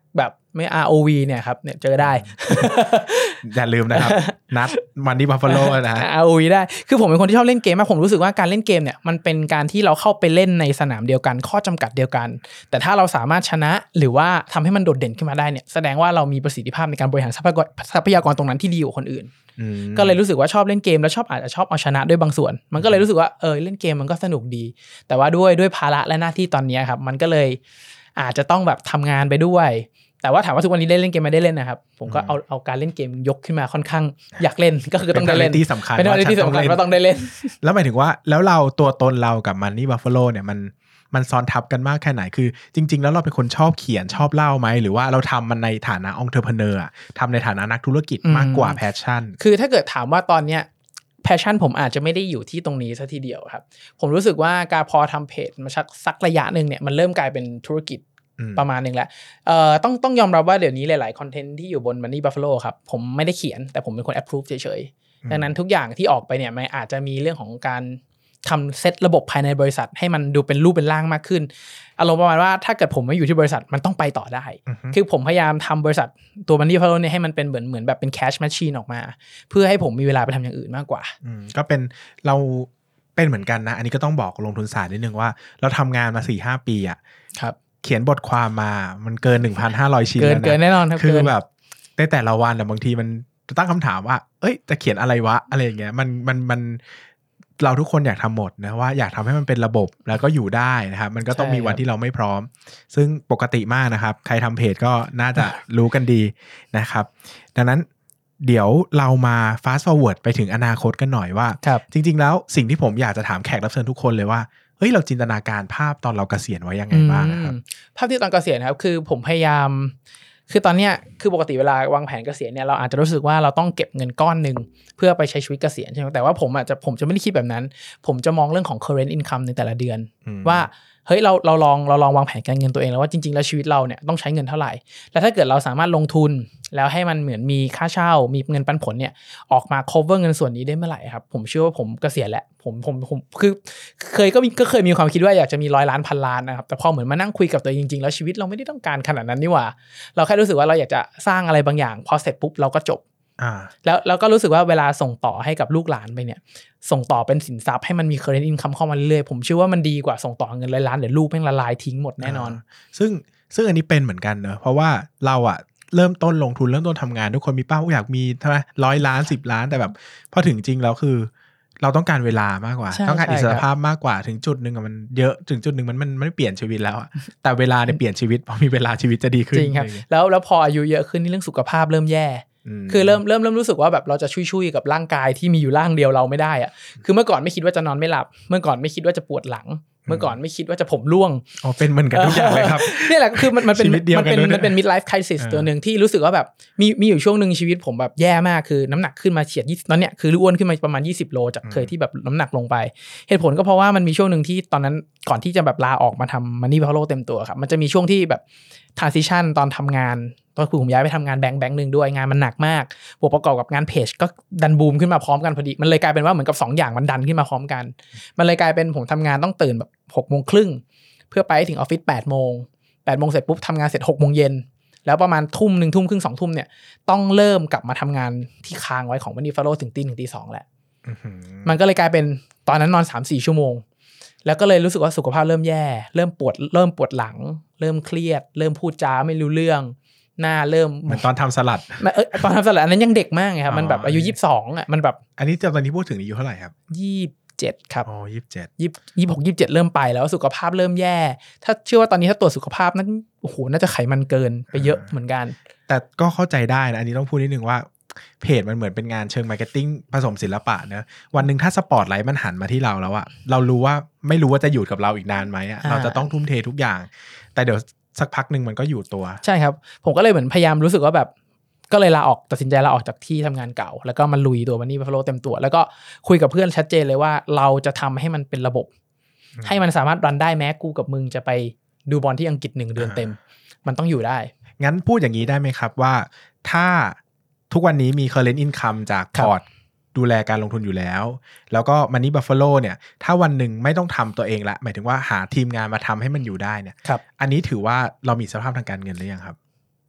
ไม่ อาร์ โอ วี เนี่ยครับเนี่ยเจอได้อย่าลืมนะครับ นัดมันนี่บัฟฟาโลนะฮะอาร์ โอ วี ได้คือผมเป็นคนที่ชอบเล่นเกมมากผมรู้สึกว่าการเล่นเกมเนี่ยมันเป็นการที่เราเข้าไปเล่นในสนามเดียวกันข้อจำกัดเดียวกันแต่ถ้าเราสามารถชนะหรือว่าทำให้มันโดดเด่นขึ้นมาได้เนี่ยแสดงว่าเรามีประสิทธิภาพในการบริหารทรัพยากรทรัพยากรตรงนั้นที่ดีกว่าคนอื่นก็เลยรู้สึกว่าชอบเล่นเกมแล้วชอบอาจจะชอบเอาชนะด้วยบางส่วนมันก็เลยรู้สึกว่าเออเล่นเกมมันก็สนุกดีแต่ว่าด้วยด้วยภาระและหน้าที่ตอนนี้ครับมันก็เลยอาจจะต้องแบบทำงานไปด้วยแต่ว่าถามว่าทุกวันนี้ได้เล่นเกมไม่ได้เล่นนะครับผมก็เอาเอาการเล่นเกมยกขึ้นมาค่อนข้างอยากเล่นก็คือต้องได้เล่นที่สำคัญเป็นอะไรที่สำคัญว่าต้องได้เล่นแล้วหมายถึงว่าแล้วเราตัวตนเรากับมันนี่บัฟฟาโลเนี่ยมันมันซ้อนทับกันมากแค่ไหนคือจริงๆแล้วเราเป็นคนชอบเขียนชอบเล่าไหมหรือว่าเราทำมันในฐานะองค์เทอร์เพเนอร์ทำในฐานะนักธุรกิจมากกว่าแพชชั่นคือถ้าเกิดถามว่าตอนเนี้ยแพชชั่นผมอาจจะไม่ได้อยู่ที่ตรงนี้ซะทีเดียวครับผมรู้สึกว่าการพอทำเพจมาสักสักระยะนึงเนี่ยมันเริ่มกลายเป็นธุรกิจประมาณนึงแล้วเอ่อต้องต้องยอมรับว่าเดี๋ยวนี้หลายๆคอนเทนต์ที่อยู่บน Money Buffalo ครับผมไม่ได้เขียนแต่ผมเป็นคน approve เฉยๆดังนั้นทุกอย่างที่ออกไปเนี่ยมันอาจจะมีเรื่องของการทำเซตระบบภายในบริษัทให้มันดูเป็นรูปเป็นร่างมากขึ้นอารมณ์ประมาณว่าถ้าเกิดผมไม่อยู่ที่บริษัทมันต้องไปต่อได้ uh-huh. คือผมพยายามทำบริษัทตัว Money Buffalo เนี่ยให้มันเป็นเหมือนเหมือนแบบเป็น cash machine ออกมาเพื่อให้ผมมีเวลาไปทำอย่างอื่นมากกว่าก็เป็นเราเป็นเหมือนกันนะอันนี้ก็ต้องบอกลงทุนศาสตร์นิดนึงว่าเราทำงานมา สี่ห้า ปีอ่ะครับเขียนบทความมามันเกิน หนึ่งพันห้าร้อย ชิ้นแล้วนะเกินแน่นอนครับคือแบบในแต่ละวันแต่บางทีมันตั้งคำถามว่าเอ้ยจะเขียนอะไรวะอะไรอย่างเงี้ยมันมันมันเราทุกคนอยากทำหมดนะว่าอยากทำให้มันเป็นระบบแล้วก็อยู่ได้นะครับมันก็ต้องมีวันที่เราไม่พร้อมซึ่งปกติมากนะครับใครทำเพจก็น่าจะรู้กันดีนะครับดังนั้นเดี๋ยวเรามา fast forward ไปถึงอนาคตกันหน่อยว่าจริงๆแล้วสิ่งที่ผมอยากจะถามแขกรับเชิญทุกคนเลยว่าเฮ้ยเราจินตนาการภาพตอนเราเกษียณไว้ยังไงบ้างนะครับภาพที่ตอนเกษียณครับคือผมพยายามคือตอนเนี้ยคือปกติเวลาวางแผนเกษียณเนี่ยเราอาจจะรู้สึกว่าเราต้องเก็บเงินก้อนนึงเพื่อไปใช้ชีวิตเกษียณใช่ไหมแต่ว่าผมอาจจะผมจะไม่ได้คิดแบบนั้นผมจะมองเรื่องของ current income ในแต่ละเดือนว่าเฮ้ยเราเราลองเราลองวางแผนการเงินตัวเองแล้วว่าจริงๆแล้วชีวิตเราเนี่ยต้องใช้เงินเท่าไหร่แล้วถ้าเกิดเราสามารถลงทุนแล้วให้มันเหมือนมีค่าเช่ามีเงินปันผลเนี่ยออกมา cover เงินส่วนนี้ได้เมื่อไหร่ครับผมเชื่อว่าผมเกษียณแล้วผมผมผมคือเคยก็มีก็เคยมีความคิดว่าอยากจะมีร้อยล้านพันล้านนะครับแต่พอเหมือนมานั่งคุยกับตัวเองจริงๆแล้วชีวิตเราไม่ได้ต้องการขนาดนั้นนี่หว่าเราแค่รู้สึกว่าเราอยากจะสร้างอะไรบางอย่างพอเสร็จปุ๊บเราก็จบแล้วแล้วก็รู้สึกว่าเวลาส่งต่อให้กับลูกหลานไปเนี่ยส่งต่อเป็นสินทรัพย์ให้มันมี current income เข้ามาเรื่อยๆผมเชื่อว่ามันดีกว่าส่งต่อเงินร้อยล้านเดี๋ยวลูกแม่งละลายทิ้งหมดแน่นอนซึ่งซึ่งอันนี้เป็นเหมือนกันเนอะเพราะว่าเราอะเริ่มต้นลงทุนเริ่มต้นทำงานทุกคนมีเป้าอยากมีเท่าไหร่ร้อยล้านสิบล้านแต่แบบพอถึงจริงแล้วคือเราต้องการเวลามากกว่าต้องการอิสรภาพมากกว่าถึงจุดนึงอะมันเยอะถึงจุดนึงมันมันไม่เปลี่ยนชีวิตแล้วอะแต่เวลาเนี่ยเปลี่ยนชีวิตพอมีเวลาชีวิตจะดีขึ้นจริงครับแล้วแล้วพออายุเยอะขึ้นนี่เรื่องสุขภาพเริ่มแย่คือเริ่มเริ่มเริ่มรู้สึกว่าแบบเราจะชุยๆกับร่างกายที่มีอยู่ร่างเดียวเราไม่ได้อะคือเมื่อก่อนไม่คิดว่าจะนอนไม่หลับเมื่อก่อนไม่คิดว่าจะปวดหลังเมื่อก่อนไม่คิดว่าจะผมร่วงอ๋อเป็นเหมือนกันทุกอย่างเลยครับนี่แหละคือมันมันเป็นมันเป็นมันเป็น mid life crisis ตัวนึงที่รู้สึกว่าแบบมีมีอยู่ช่วงนึงชีวิตผมแบบแย่มากคือน้ำหนักขึ้นมาเฉียดยี่สิบตอนเนี้ยคืออ้วนขึ้นมาประมาณยี่สิบโลจากเคยที่แบบน้ำหนักลงไปเหตุผลก็เพราะว่ามันมีช่วงนึงที่ตอนนั้นก่อนที่จะแบบลาออกมาทำ Money Buffalo เต็มตัวครับมันจะมีช่วงที่แบบ transition ตอนทำงานตอนคือผมย้ายไปทำงานแบงค์แบงค์นึงด้วยงานมันหนักมากบวกประกอบกับงานเพจก็ดันบูมขึ้นมาพร้อมกันพอดีมันเลยกลายเป็นว่าเหมือนกับสองอย่างมันดันขึ้นมาพร้อมกันมันเลยกลายเป็นผมทำงานต้องตื่นแบบหกโมงครึ่งเพื่อไปถึงออฟฟิศแปดโมงแปดโมงเสร็จปุ๊บทำงานเสร็จหกโมงเย็นแล้วประมาณทุ่มหนึ่งทุ่มครึ่งสองทุ่มเนี่ยต้องเริ่มกลับมาทำงานที่ค้างไว้ของ Money Buffalo ถึงตีหนึ่งตีสองแหละมันก็เลยกลายเป็นตอนนั้นนอน สามสี่ ชั่วโมงแล้วก็เลยรู้สึกว่าสุขภาพเริ่มแย่เริ่มปวดเริ่มปวดหลังเริ่มเครียดเริ่มพูดจาไม่รู้เรื่องหน้าเริ่มเหมือนตอนทำสลัดเออตอนทำสลัดอันนั้นยังเด็กมากไงครับมันแบบอายุยี่สิบสองอ่ะมันแบบอันนี้จะตอนนี้พูดถึงอายุเท่าไหร่ครับยี่สิบเจ็ดครับอ๋อยี่สิบเจ็ดยี่สิบหก ยี่สิบเจ็ดเริ่มไปแล้วสุขภาพเริ่มแย่ถ้าเชื่อว่าตอนนี้ถ้าตรวจสุขภาพนั้นโอ้โหน่าจะไขมันเกินไปเยอะเหมือนกันแต่ก็เข้าใจได้นะอันนี้ต้องพูดนิดนึงว่าเพจมันเหมือนเป็นงานเชิงมาร์เก็ตติ้งผสมศิลปะเนอะวันนึงถ้าสปอตไลท์มันหันมาที่เราแล้วอะเรารู้ว่าไม่รู้ว่าจะอยู่กับเราอีกนานไหมอะเราจะต้องทุ่มเททุกอย่างแต่เดี๋ยวสักพักนึงมันก็อยู่ตัวใช่ครับผมก็เลยเหมือนพยายามรู้สึกว่าแบบก็เลยลาออกตัดสินใจลาออกจากที่ทำงานเก่าแล้วก็มาลุยตัว Money Buffalo เต็มตัวแล้วก็คุยกับเพื่อนชัดเจนเลยว่าเราจะทำให้มันเป็นระบบให้มันสามารถรันได้แม้กูกับมึงจะไปดูบอลที่อังกฤษหนึ่งเดือนเต็มมันต้องอยู่ได้งั้นพูดอย่างนี้ได้ไหมครับว่าถ้าทุกวันนี้มี current income จากพอร์ตดูแลการลงทุนอยู่แล้วแล้วก็ Money Buffalo เนี่ยถ้าวันหนึ่งไม่ต้องทำตัวเองละหมายถึงว่าหาทีมงานมาทำให้มันอยู่ได้เนี่ยอันนี้ถือว่าเรามีสภาพทางการเงินหรือยังครับ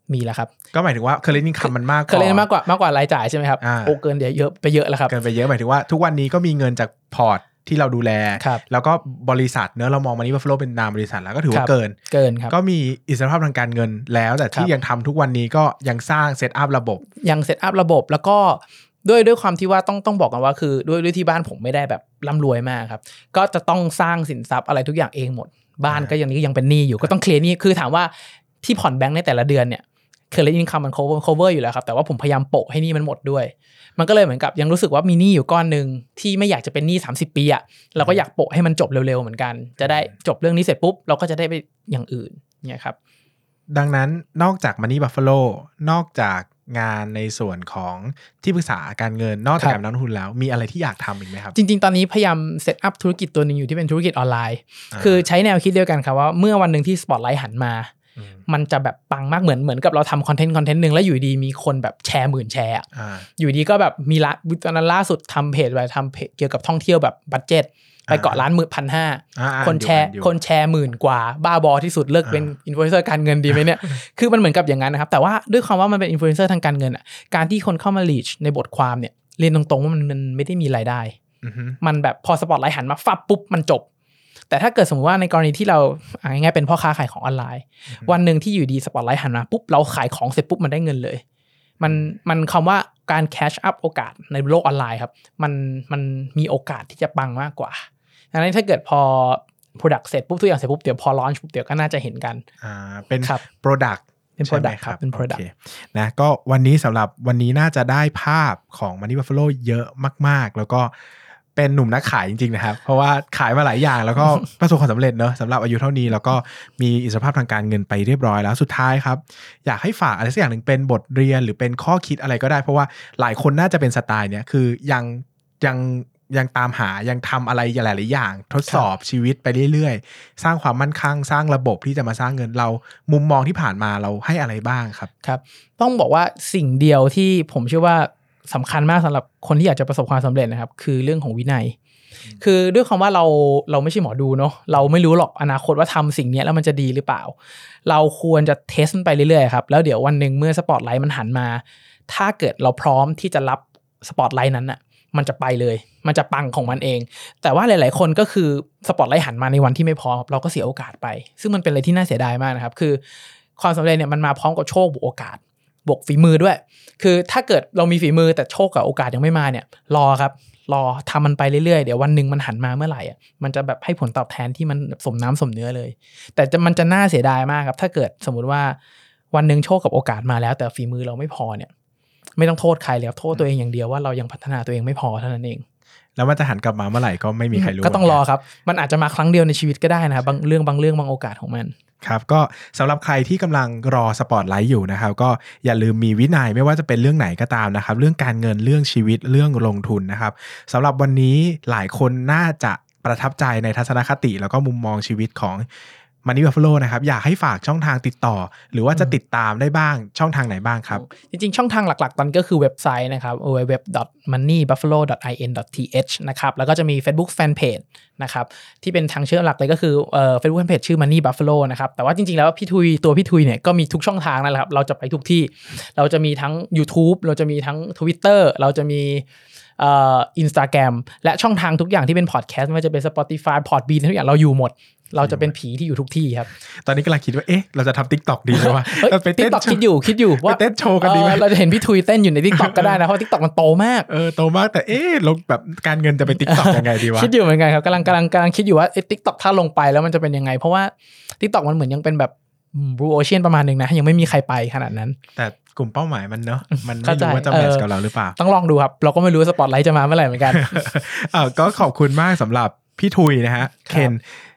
มีแล้วครับก็หมายถึงว่า current income มันมากกว่า current มากกว่ามากกว่ารายจ่ายใช่ไหมครับโอ้เกินเดี๋ยวเยอะไปเยอะแล้วครับเกินไปเยอะหมายถึงว่าทุกวันนี้ก็มีเงินจากพอร์ตที่เราดูแลแล้วก็บริษัทเนอะเรามองMoney Buffaloเป็นนามบริษัทแล้วก็ถือว่าเกินเกินครับก็มีอิสรภาพทางการเงินแล้วแต่ที่ยังทำทุกวันนี้ก็ยังสร้างเซตอัพระบบยังเซตอัพระบบแล้วก็ด้วยด้วยความที่ว่าต้องต้องบอกกันว่าคือด้วยด้วยที่บ้านผมไม่ได้แบบร่ำรวยมากครับก็จะต้องสร้างสินทรัพย์อะไรทุกอย่างเองหมดบ้านก็ยังนี้ยังเป็นหนี้อยู่ก็ต้องเคลียร์หนี้คือถามว่าที่ผ่อนแบงค์ในแต่ละเดือนเนี่ยcurrent income มัน cover cover อยู่แล้วครับแต่ว่าผมพยายามโปะให้หนี้มันหมดด้วยมันก็เลยเหมือนกับยังรู้สึกว่ามีหนี้อยู่ก้อนนึงที่ไม่อยากจะเป็นหนี้สามสิบปีอ่ะเราก็อยากโปะให้มันจบเร็วๆเหมือนกันจะได้จบเรื่องนี้เสร็จปุ๊บเราก็จะได้ไปอย่างอื่นเนี่ยครับดังนั้นนอกจาก Money Buffalo นอกจากงานในส่วนของที่ปรึกษาการเงินนอกจากการนักลงทุนแล้วมีอะไรที่อยากทำอีกไหมครับจริงๆตอนนี้พยายามเซตอัพธุรกิจตัวนึงอยู่ที่เป็นธุรกิจออนไลน์คือใช้แนวคิดเดียวกันครับว่าเมื่อวันนึงที่ Spotlight หันมามันจะแบบปังมากเหมือนเหมือนกับเราทำคอนเทนต์คอนเทนต์นึงแล้วอยู่ดีมีคนแบบแชร์หมื่นแชร์อยู่ดีก็แบบมีละตอนนั้นล่าสุดทำเพจไว้ทำเพจเกี่ยวกับท่องเที่ยวแบบบัดเจ็ตไปเกาะร้านหมื่นพันห้าคนแชร์คนแชร์หมื่นกว่าบ้าบอที่สุดเลิกเป็นอินฟลูเอนเซอร์การเงินดีไหมเนี่ยคือมันเหมือนกับอย่างนั้นนะครับแต่ว่าด้วยความว่ามันเป็นอินฟลูเอนเซอร์ทางการเงินอ่ะการที่คนเข้ามารีชในบทความเนี่ยเรียนตรงๆว่ามันมันไม่ได้มีรายได้มันแบบพอสปอตไลท์หันมาฟับปุ๊บมันจบแต่ถ้าเกิดสมมติว่าในกรณีที่เราง่ายๆเป็นพ่อค้าขายของออนไลน์วันหนึ่งที่อยู่ดีสปอตไลท์หันมาปุ๊บเราขายของเสร็จปุ๊บมันได้เงินเลยมันมันคำว่าการแคชอัพโอกาสในโลกออนไลน์ครับมันมันมีโอกาสที่จะปังมากกว่าดังนั้นถ้าเกิดพอ product เสร็จปุ๊บทุกอย่างเสร็จปุ๊บเดี๋ยวพอ launch ปุ๊บเดี๋ยวก็น่าจะเห็นกันอ่าเป็น product เป็น product ครับเป็น product นะก็วันนี้สำหรับวันนี้น่าจะได้ภาพของ Money Buffalo เยอะมากๆแล้วก็เป็นหนุ่มนักขายจริงๆนะครับเพราะว่าขายมาหลายอย่างแล้วก็ประสบความสำเร็จเนอะสำหรับอายุเท่านี้แล้วก็มีอิสรภาพทางการเงินไปเรียบร้อยแล้วสุดท้ายครับอยากให้ฝากอะไรสักอย่างหนึ่งเป็นบทเรียนหรือเป็นข้อคิดอะไรก็ได้เพราะว่าหลายคนน่าจะเป็นสไตล์เนี้ยคือยังยังยังตามหายังทำอะไรหลายๆอย่างทดสอบชีวิตไปเรื่อยๆสร้างความมั่นคงสร้างระบบที่จะมาสร้างเงินเรามุมมองที่ผ่านมาเราให้อะไรบ้างครับครับต้องบอกว่าสิ่งเดียวที่ผมเชื่อว่าสำคัญมากสำหรับคนที่อยากจะประสบความสำเร็จนะครับคือเรื่องของวินัยคือด้วยคำว่าเราเราไม่ใช่หมอดูเนาะเราไม่รู้หรอกอนาคตว่าทำสิ่งนี้แล้วมันจะดีหรือเปล่าเราควรจะเทสมันไปเรื่อยๆครับแล้วเดี๋ยววันหนึ่งเมื่อสปอตไลท์มันหันมาถ้าเกิดเราพร้อมที่จะรับสปอตไลท์นั้นอะมันจะไปเลยมันจะปังของมันเองแต่ว่าหลายๆคนก็คือสปอตไลท์หันมาในวันที่ไม่พร้อมเราก็เสียโอกาสไปซึ่งมันเป็นอะไรที่น่าเสียดายมากนะครับคือความสำเร็จเนี่ยมันมาพร้อมกับโชคบวกโอกาสบวกฝีมือด้วยคือถ้าเกิดเรามีฝีมือแต่โชคกับโอกาสยังไม่มาเนี่ยรอครับรอทำมันไปเรื่อยๆเดี๋ยววันหนึ่งมันหันมาเมื่อไหร่อ่ะมันจะแบบให้ผลตอบแทนที่มันสมน้ำสมเนื้อเลยแต่จะมันจะน่าเสียดายมากครับถ้าเกิดสมมุติว่าวันหนึ่งโชคกับโอกาสมาแล้วแต่ฝีมือเราไม่พอเนี่ยไม่ต้องโทษใครเลยครับโทษตัวเองอย่างเดียวว่าเรายังพัฒนาตัวเองไม่พอเท่านั้นเองแล้วมันจะหันกลับมาเมื่อไหร่ก็ไม่มีใครรู้ก็ต้องรอครับมันอาจจะมาครั้งเดียวในชีวิตก็ได้นะครับบางเรื่องบางเรื่องบางโอกาสของมันครับก็สำหรับใครที่กำลังรอสปอตไลท์อยู่นะครับก็อย่าลืมมีวินัยไม่ว่าจะเป็นเรื่องไหนก็ตามนะครับเรื่องการเงินเรื่องชีวิตเรื่องลงทุนนะครับสำหรับวันนี้หลายคนน่าจะประทับใจในทัศนคติแล้วก็มุมมองชีวิตของMoney Buffalo นะครับอยากให้ฝากช่องทางติดต่อหรือว่าจะติดตามได้บ้างช่องทางไหนบ้างครับจริงๆช่องทางหลักๆตอนก็คือเว็บไซต์นะครับ ดับเบิลยู ดับเบิลยู ดับเบิลยู ดอท มันนี่บัฟฟาโล ดอท ไอ เอ็น ดอท ที เอช นะครับแล้วก็จะมี Facebook Fanpage นะครับที่เป็นทางเชื่อมหลักเลยก็คือเอ่อ Facebook Fanpage ชื่อ Money Buffalo นะครับแต่ว่าจริงๆแล้วพี่ทุยตัวพี่ทุยเนี่ยก็มีทุกช่องทางนั่นแหละครับเราจะไปทุกที่เราจะมีทั้ง YouTube เราจะมีทั้ง Twitter เราจะมีเอ่อ Instagram และช่องทางทุกอย่างที่เป็นพอดแคสต์ไม่ว่าจะเป็น Spotify Podbean ทุกอย่างเราอยู่หมดเราจะเป็นผีที่อยู่ทุกที่ครับตอนนี้กำลังคิดว่าเอ๊ะเราจะทำ TikTok ดีหรือว่าไป TikTok คิดอยู่คิดอยู่ว่าเต้นโชว์กันดีมั้ยเราจะเห็นพี่ทุยเต้นอยู่ใน TikTok ก็ได้นะเพราะ TikTok มันโตมากเออโตมากแต่เอ๊ะเราแบบการเงินจะไป TikTok ยังไงดีวะคิดอยู่เหมือนกันครับกำลังกำลังกำลังคิดอยู่ว่าไอ้ TikTok ถ้าลงไปแล้วมันจะเป็นยังไงเพราะว่า TikTok มันเหมือนยังเป็นแบบ Blue Ocean ประมาณนึงนะยังไม่มีใครไปขนาดนั้นแต่กลุ่มเป้าหมายมันเนาะมันไม่รู้ว่าจะแมทช์กับเราหรือเปล่าต้องลองดูครับเราก็ไม่รู้ว่าสปอตไลท์จะมาเมื่อไหร่เหมือนกันอ่าก็ขอบคุณมากสำหรับพี่ทุยนะฮะเคน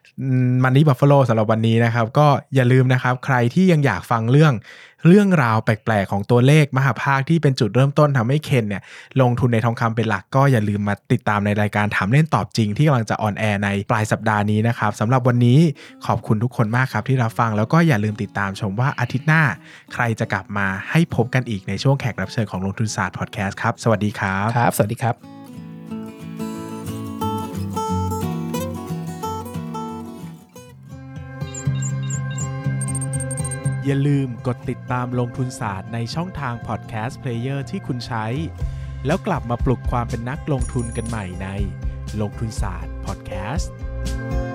Money Buffalo สำหรับวันนี้นะครับก็อย่าลืมนะครับใครที่ยังอยากฟังเรื่องเรื่องราวแปลกๆของตัวเลขมหาภาคที่เป็นจุดเริ่มต้นทำให้เคนเนี่ยลงทุนในทองคำเป็นหลักก็อย่าลืมมาติดตามในรายการถามเล่นตอบจริงที่กำลังจะออนแอร์ในปลายสัปดาห์นี้นะครับสำหรับวันนี้ขอบคุณทุกคนมากครับที่รับฟังแล้วก็อย่าลืมติดตามชมว่าอาทิตย์หน้าใครจะกลับมาให้พบกันอีกในช่วงแขกรับเชิญของลงทุนศาสตร์พอดแคสต์ครับสวัสดีครับครับสวัสดีครับอย่าลืมกดติดตามลงทุนศาสตร์ในช่องทางพอดแคสต์เพลเยอร์ที่คุณใช้แล้วกลับมาปลุกความเป็นนักลงทุนกันใหม่ในลงทุนศาสตร์พอดแคสต์